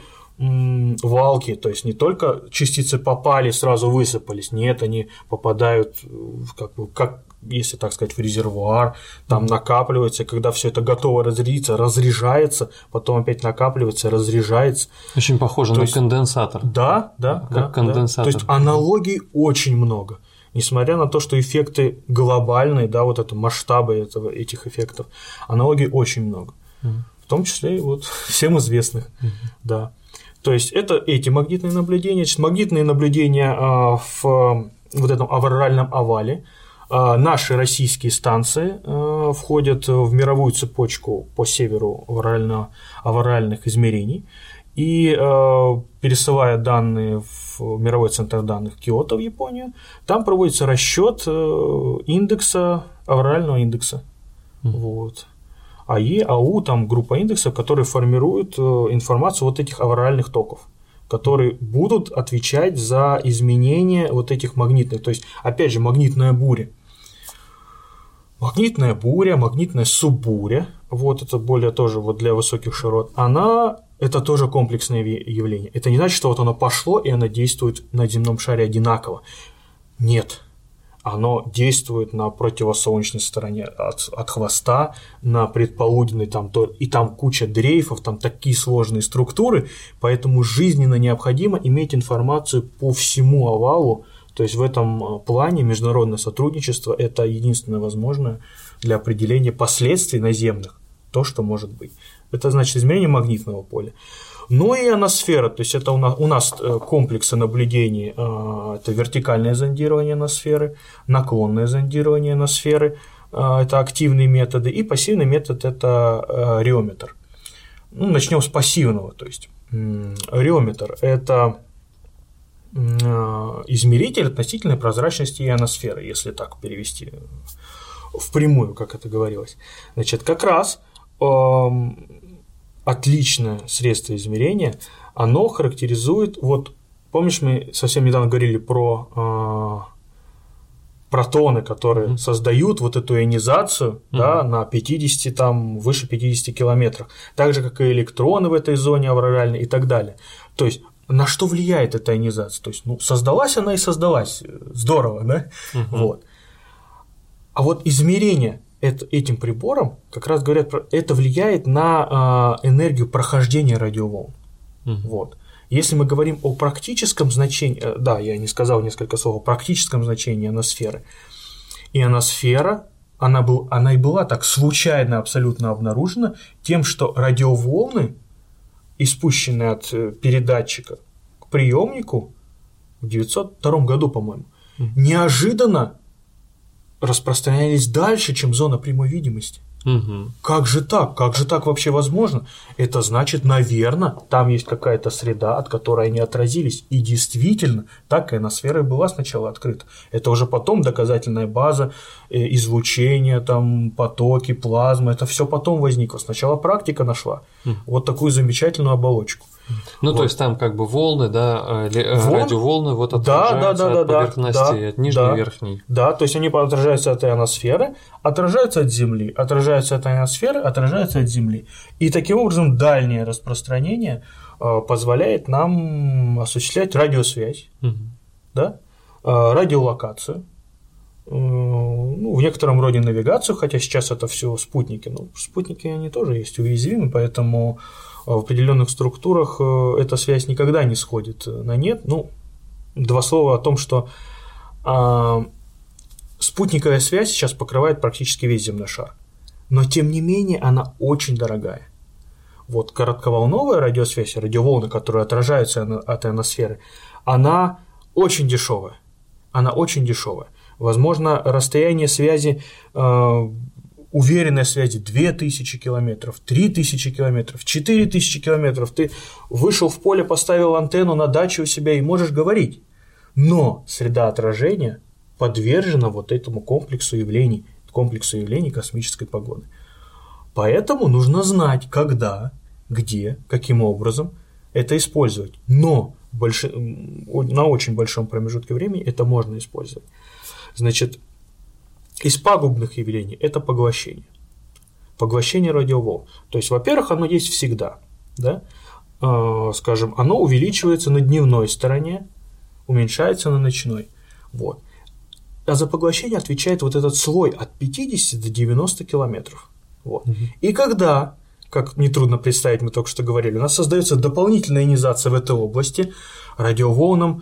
[SPEAKER 2] м- валки, то есть не только частицы попали, сразу высыпались, нет, они попадают в, как бы, как, если так сказать, в резервуар, там накапливается, когда все это готово разрядиться, разряжается, потом опять накапливается, разряжается.
[SPEAKER 1] Очень похоже
[SPEAKER 2] то
[SPEAKER 1] на
[SPEAKER 2] есть,
[SPEAKER 1] конденсатор.
[SPEAKER 2] Да, да.
[SPEAKER 1] Как
[SPEAKER 2] да,
[SPEAKER 1] конденсатор.
[SPEAKER 2] Да. То есть аналогий очень много. Несмотря на то, что эффекты глобальные, да, вот это масштабы этого, этих эффектов, аналогий очень много. Mm-hmm. В том числе и вот всем известных. Mm-hmm. Да. То есть это эти магнитные наблюдения. Магнитные наблюдения а, в вот этом авроральном овале. А, наши российские станции а, входят в мировую цепочку по северу авроральных измерений. И э, пересылая данные в мировой центр данных Киото в Японию, там проводится расчет э, индекса, аврорального индекса. Mm. Вот. АИ, АУ, там группа индексов, которые формируют э, информацию вот этих авроральных токов, которые будут отвечать за изменение вот этих магнитных. То есть, опять же, магнитная буря. Магнитная буря, магнитная суббуря, вот это более тоже вот для высоких широт, она, это тоже комплексное явление. Это не значит, что вот оно пошло и оно действует на земном шаре одинаково. Нет, оно действует на противосолнечной стороне от, от хвоста, на предполуденной, там, то, и там куча дрейфов, там такие сложные структуры, поэтому жизненно необходимо иметь информацию по всему овалу. То есть в этом плане международное сотрудничество – это единственное возможное для определения последствий наземных, то, что может быть. это значит измерение магнитного поля. Ну и ионосфера, то есть это у нас, у нас комплексы наблюдений, это вертикальное зондирование ионосферы, наклонное зондирование ионосферы, это активные методы, и пассивный метод – это реометр. Ну, начнем с пассивного, то есть реометр – это измеритель относительной прозрачности ионосферы, если так перевести впрямую, как это говорилось. Значит, как раз отличное средство измерения, оно характеризует, вот помнишь, мы совсем недавно говорили про э, протоны, которые mm-hmm. создают вот эту ионизацию mm-hmm. да, на пятидесяти, там, выше пятидесяти километрах, так же, как и электроны в этой зоне авроральной и так далее. То есть, на что влияет эта ионизация? То есть, ну, создалась она и создалась, здорово, да? Mm-hmm. Вот. А вот измерение этим прибором, как раз говорят, это влияет на энергию прохождения радиоволн. Mm-hmm. Вот. Если мы говорим о практическом значении, да, я не сказал несколько слов о практическом значении ионосферы, ионосфера, она, был, она и была так случайно абсолютно обнаружена тем, что радиоволны, испущенные от передатчика к приемнику в девятьсот втором году, по-моему, mm-hmm. неожиданно распространялись дальше, чем зона прямой видимости. Угу. Как же так? Как же так вообще возможно? Это значит, наверное, там есть какая-то среда, от которой они отразились. И действительно, так ионосфера и была сначала открыта. Это уже потом доказательная база, излучение, там, потоки, плазма. Это все потом возникло. Сначала практика нашла угу. вот такую замечательную оболочку.
[SPEAKER 1] Ну,
[SPEAKER 2] вот.
[SPEAKER 1] То есть там как бы волны, да, Волн? радиоволны вот отражаются
[SPEAKER 2] да, да, да,
[SPEAKER 1] от поверхности,
[SPEAKER 2] да,
[SPEAKER 1] от нижней
[SPEAKER 2] да,
[SPEAKER 1] и верхней.
[SPEAKER 2] Да, то есть они отражаются от ионосферы, отражаются от Земли, отражаются от ионосферы, отражаются от Земли. И таким образом дальнее распространение позволяет нам осуществлять радиосвязь, угу. да, радиолокацию, ну, в некотором роде навигацию, хотя сейчас это все спутники. Но спутники, они тоже есть уязвимы, поэтому в определенных структурах эта связь никогда не сходит на нет. Ну, два слова о том, что а, спутниковая связь сейчас покрывает практически весь земной шар, но тем не менее она очень дорогая. Вот коротковолновая радиосвязь, радиоволны, которые отражаются от ионосферы, она очень дешевая. Она очень дешевая. Возможно, расстояние связи, э, уверенной связи две тысячи километров, три тысячи километров, четыре тысячи километров. Ты вышел в поле, поставил антенну на даче у себя и можешь говорить. Но среда отражения подвержена вот этому комплексу явлений, комплексу явлений космической погоды. Поэтому нужно знать, когда, где, каким образом это использовать. Но больш... на очень большом промежутке времени это можно использовать. Значит, из пагубных явлений это поглощение. Поглощение радиоволн. То есть, во-первых, оно есть всегда. Да? Э, скажем, оно увеличивается на дневной стороне, уменьшается на ночной. Вот. А за поглощение отвечает вот этот слой от пятидесяти до девяноста километров. Вот. Угу. И когда, как нетрудно представить, мы только что говорили, у нас создается дополнительная ионизация в этой области, радиоволнам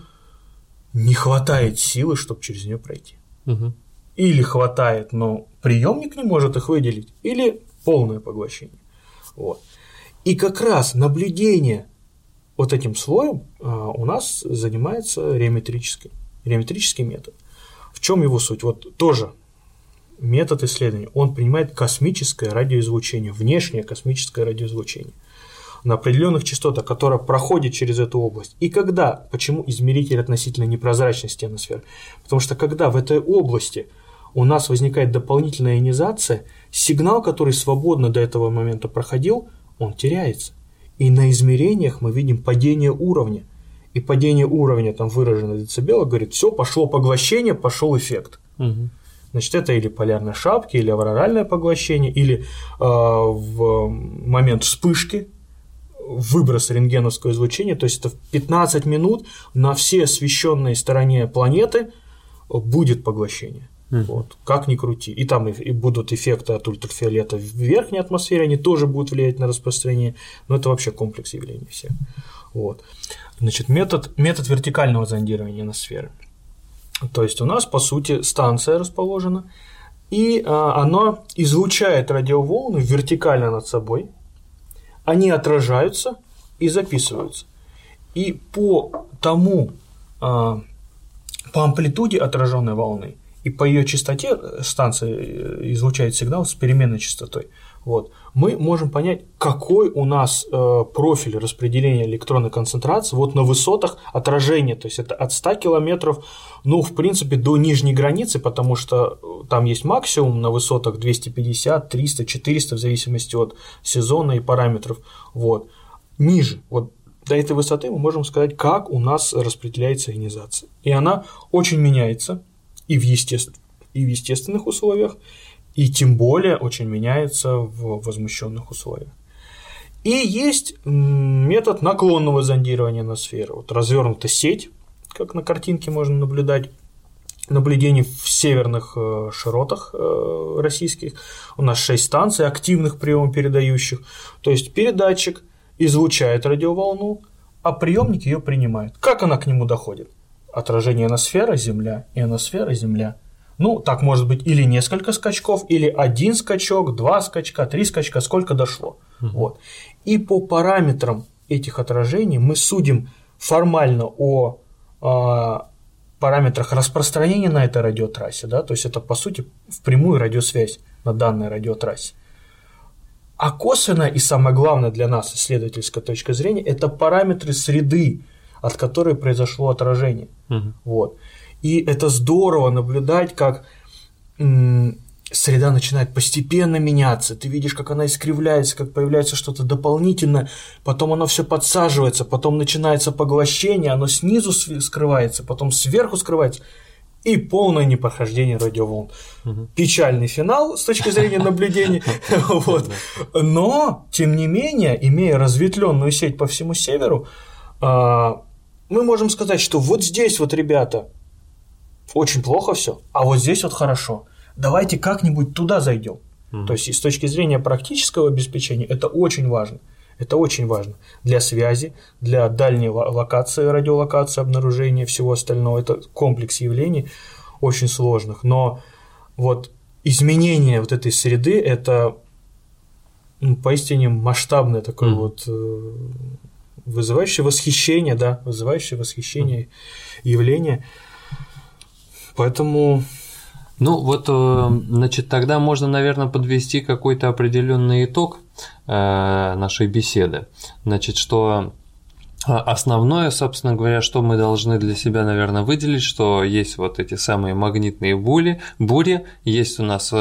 [SPEAKER 2] не хватает силы, чтобы через нее пройти. Угу. Или хватает, но приемник не может их выделить, или полное поглощение. Вот. И как раз наблюдение вот этим слоем а, у нас занимается реометрический, реометрический метод. В чем его суть? Вот тоже метод исследования. Он принимает космическое радиоизлучение, внешнее космическое радиоизлучение на определенных частотах, которое проходит через эту область. И когда, почему измеритель относительно непрозрачности ионосферы? Потому что когда в этой области у нас возникает дополнительная ионизация, сигнал, который свободно до этого момента проходил, он теряется. И на измерениях мы видим падение уровня. И падение уровня, там выражено децибелах, говорит, все, пошло поглощение, пошел эффект. Угу. Значит, это или полярные шапки, или авроральное поглощение, или э, в момент вспышки, выброс рентгеновского излучения, то есть это в пятнадцать минут на всей освещенной стороне планеты будет поглощение. Mm-hmm. Вот, как ни крути. И там и будут эффекты от ультрафиолета в верхней атмосфере, они тоже будут влиять на распространение, но это вообще комплекс явлений всех. Вот. Значит, метод, метод вертикального зондирования ионосферы. То есть у нас, по сути, станция расположена, и а, она излучает радиоволны вертикально над собой, они отражаются и записываются. И по тому, по амплитуде отраженной волны и по ее частоте станция излучает сигнал с переменной частотой. Вот, мы можем понять, какой у нас э, профиль распределения электронной концентрации вот на высотах отражения, то есть это от ста километров, ну, в принципе, до нижней границы, потому что там есть максимум на высотах двести пятьдесят, триста, четыреста, в зависимости от сезона и параметров, вот, ниже, вот до этой высоты мы можем сказать, как у нас распределяется ионизация, и она очень меняется и в, естеств... и в естественных условиях, и тем более очень меняется в возмущенных условиях. И есть метод наклонного зондирования ноосферы. Вот развернута сеть, как на картинке можно наблюдать, наблюдений в северных широтах российских. У нас шесть станций активных приемопередающих. То есть передатчик излучает радиоволну, а приемник ее принимает. Как она к нему доходит? Отражение ионосфера, Земля, ионосфера, Земля. Ну, так может быть или несколько скачков, или один скачок, два скачка, три скачка, сколько дошло. Uh-huh. Вот. И по параметрам этих отражений мы судим формально о, о параметрах распространения на этой радиотрассе, да, то есть это по сути впрямую радиосвязь на данной радиотрассе. А косвенно и самое главное для нас, исследовательская точка зрения, это параметры среды, от которой произошло отражение. Uh-huh. Вот. И это здорово наблюдать, как м- среда начинает постепенно меняться. Ты видишь, как она искривляется, как появляется что-то дополнительное, потом оно все подсаживается, потом начинается поглощение, оно снизу скрывается, потом сверху скрывается, и полное непрохождение радиоволн. Угу. Печальный финал с точки зрения наблюдений. Но, тем не менее, имея разветвленную сеть по всему северу, мы можем сказать, что вот здесь вот, ребята, очень плохо все, а вот здесь вот хорошо. Давайте как-нибудь туда зайдем. Mm-hmm. То есть, с точки зрения практического обеспечения, это очень важно. Это очень важно для связи, для дальней локации, радиолокации, обнаружения, всего остального. Это комплекс явлений очень сложных. Но вот изменение вот этой среды – это ну, поистине масштабное такое mm-hmm. вот вызывающее восхищение, да, вызывающее восхищение mm-hmm. явление. Поэтому…
[SPEAKER 1] Ну, вот, значит, тогда можно, наверное, подвести какой-то определенный итог нашей беседы. Значит, что основное, собственно говоря, что мы должны для себя, наверное, выделить, что есть вот эти самые магнитные бури, бури, есть у нас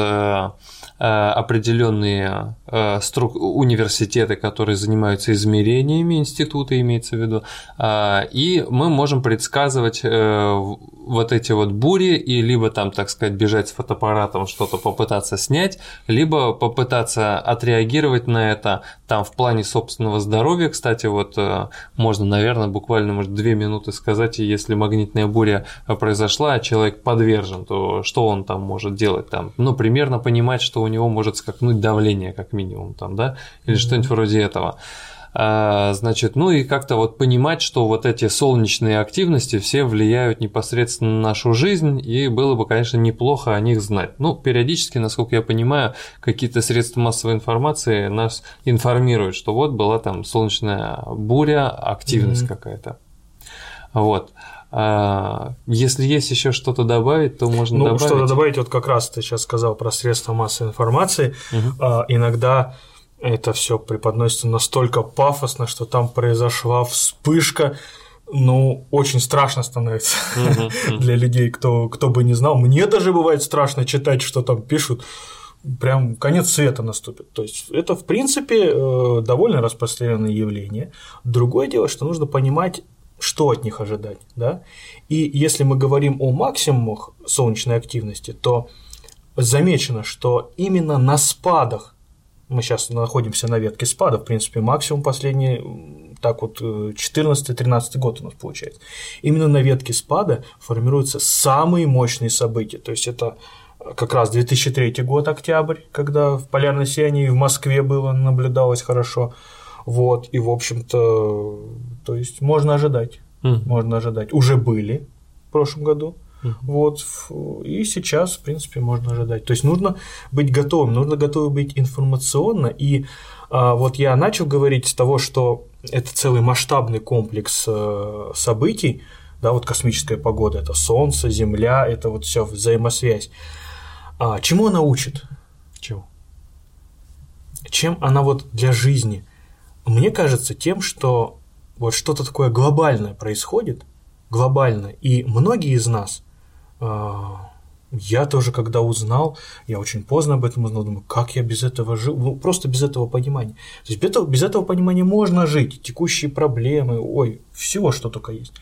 [SPEAKER 1] определенные университеты, которые занимаются измерениями, институты имеется в виду, и мы можем предсказывать вот эти вот бури и либо там, так сказать, бежать с фотоаппаратом, что-то попытаться снять, либо попытаться отреагировать на это там в плане собственного здоровья. Кстати, вот можно, наверное, буквально, может, две минуты сказать, и если магнитная буря произошла, а человек подвержен, то что он там может делать там? Ну, примерно понимать, что у него может скакнуть давление, как минимум, там, да, или mm-hmm. что-нибудь вроде этого. Значит, ну и как-то вот понимать, что вот эти солнечные активности все влияют непосредственно на нашу жизнь, и было бы, конечно, неплохо о них знать. Ну, периодически, насколько я понимаю, какие-то средства массовой информации нас информируют, что вот была там солнечная буря, активность mm-hmm. какая-то. Вот. Если есть еще что-то добавить, то можно
[SPEAKER 2] ну,
[SPEAKER 1] добавить.
[SPEAKER 2] Ну, что-то добавить, вот как раз ты сейчас сказал про средства массовой информации. Uh-huh. Иногда это все преподносится настолько пафосно, что там произошла вспышка, ну, очень страшно становится uh-huh. Uh-huh. для людей, кто, кто бы не знал. Мне даже бывает страшно читать, что там пишут. Прям конец света наступит. То есть это, в принципе, довольно распространенное явление. Другое дело, что нужно понимать, что от них ожидать, да? И если мы говорим о максимумах солнечной активности, то замечено, что именно на спадах, мы сейчас находимся на ветке спада, в принципе, максимум последний, так вот, четырнадцатый-тринадцатый год у нас получается, именно на ветке спада формируются самые мощные события, то есть это как раз две тысячи третий год, октябрь, когда в полярной сиянии в Москве было, наблюдалось хорошо. Вот, и, в общем-то, то есть можно ожидать, mm. можно ожидать. Уже были в прошлом году, Uh-huh. Вот, и сейчас, в принципе, можно ожидать. То есть нужно быть готовым, нужно готовы быть информационно. И а, вот я начал говорить с того, что это целый масштабный комплекс а, событий, да, вот космическая погода, это Солнце, Земля, это вот все взаимосвязь. А, чему она учит?
[SPEAKER 1] Чего?
[SPEAKER 2] Чем она вот для жизни? Мне кажется, тем, что вот что-то такое глобальное происходит, глобально, и многие из нас, э, я тоже когда узнал, я очень поздно об этом узнал, думаю, как я без этого жил, ну, просто без этого понимания. То есть без этого, без этого понимания можно жить, текущие проблемы, ой, всего, что только есть.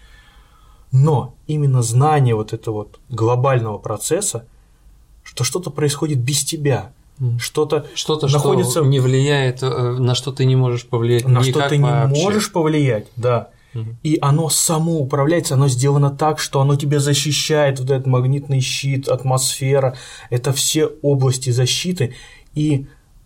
[SPEAKER 2] Но именно знание вот этого вот глобального процесса, что что-то происходит без тебя, что-то,
[SPEAKER 1] что-то
[SPEAKER 2] находится...
[SPEAKER 1] что не влияет, на что ты не можешь повлиять,
[SPEAKER 2] на
[SPEAKER 1] никак
[SPEAKER 2] что ты
[SPEAKER 1] вообще.
[SPEAKER 2] не можешь повлиять, да. Угу. И оно само управляется, оно сделано так, что оно тебя защищает, вот этот магнитный щит, атмосфера, это все области защиты, и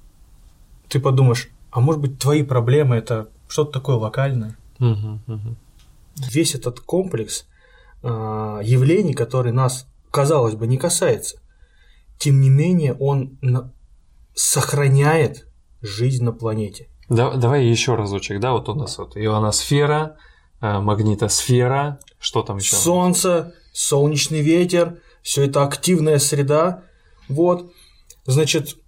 [SPEAKER 2] ты подумаешь, а может быть твои проблемы это что-то такое локальное?
[SPEAKER 1] Угу, угу.
[SPEAKER 2] Весь этот комплекс э, явлений, который нас, казалось бы, не касается, тем не менее он на... сохраняет жизнь на планете.
[SPEAKER 1] Да, давай еще разочек, да, вот у нас вот ионосфера, магнитосфера, что там еще?
[SPEAKER 2] Солнце, солнечный ветер, все это активная среда. Вот, значит,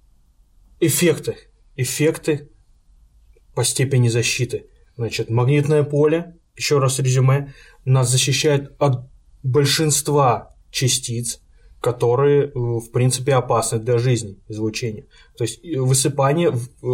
[SPEAKER 2] эффекты, эффекты по степени защиты. Значит, магнитное поле, еще раз резюме, нас защищает от большинства частиц, которые, в принципе, опасны для жизни, излучения. То есть высыпание,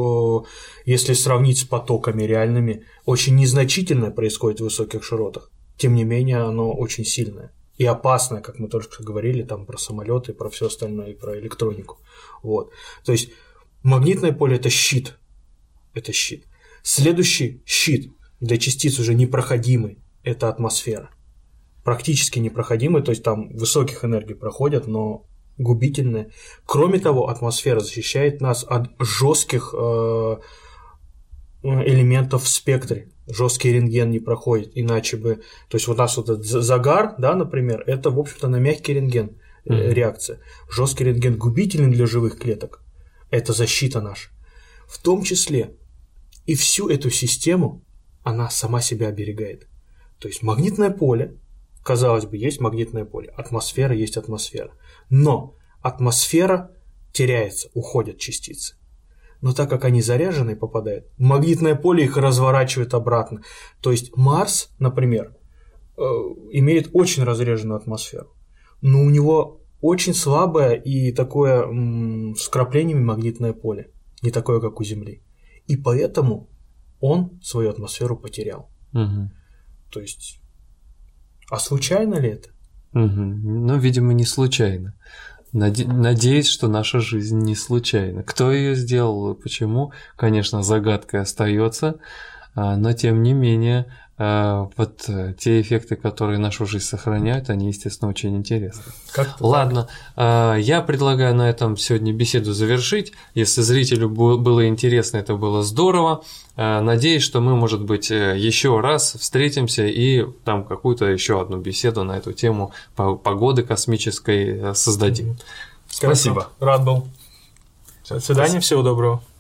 [SPEAKER 2] если сравнить с потоками реальными, очень незначительное происходит в высоких широтах. Тем не менее, оно очень сильное и опасное, как мы только что говорили, там про самолеты, про все остальное, и про электронику. Вот. То есть магнитное поле – это щит. Это щит. Следующий щит для частиц уже непроходимый – это атмосфера. Практически непроходимые, то есть там высоких энергий проходят, но губительные. Кроме того, атмосфера защищает нас от жестких э, элементов в спектре. Жесткий рентген не проходит, иначе бы... То есть вот у нас вот этот загар, да, например, это, в общем-то, на мягкий рентген э, mm-hmm. реакция. Жесткий рентген губительный для живых клеток. Это защита наша. В том числе и всю эту систему она сама себя оберегает. То есть магнитное поле, казалось бы, есть магнитное поле, атмосфера есть атмосфера. Но атмосфера теряется, уходят частицы. Но так как они заряжены и попадают, магнитное поле их разворачивает обратно. То есть Марс, например, имеет очень разреженную атмосферу, но у него очень слабое и такое м- с вкраплениями магнитное поле, не такое, как у Земли. И поэтому он свою атмосферу потерял.
[SPEAKER 1] Угу.
[SPEAKER 2] То есть... А случайно ли это?
[SPEAKER 1] Угу. Ну, видимо, не случайно. Наде- надеюсь, что наша жизнь не случайна. Кто ее сделал и почему, конечно, загадкой остается, но тем не менее, вот те эффекты, которые нашу жизнь сохраняют, они, естественно, очень интересны.
[SPEAKER 2] Как-то
[SPEAKER 1] Ладно, так. Я предлагаю на этом сегодня беседу завершить. Если зрителю было интересно, это было здорово. Надеюсь, что мы, может быть, еще раз встретимся и там какую-то еще одну беседу на эту тему погоды космической создадим.
[SPEAKER 2] Спасибо. Рад был. До свидания, всего доброго.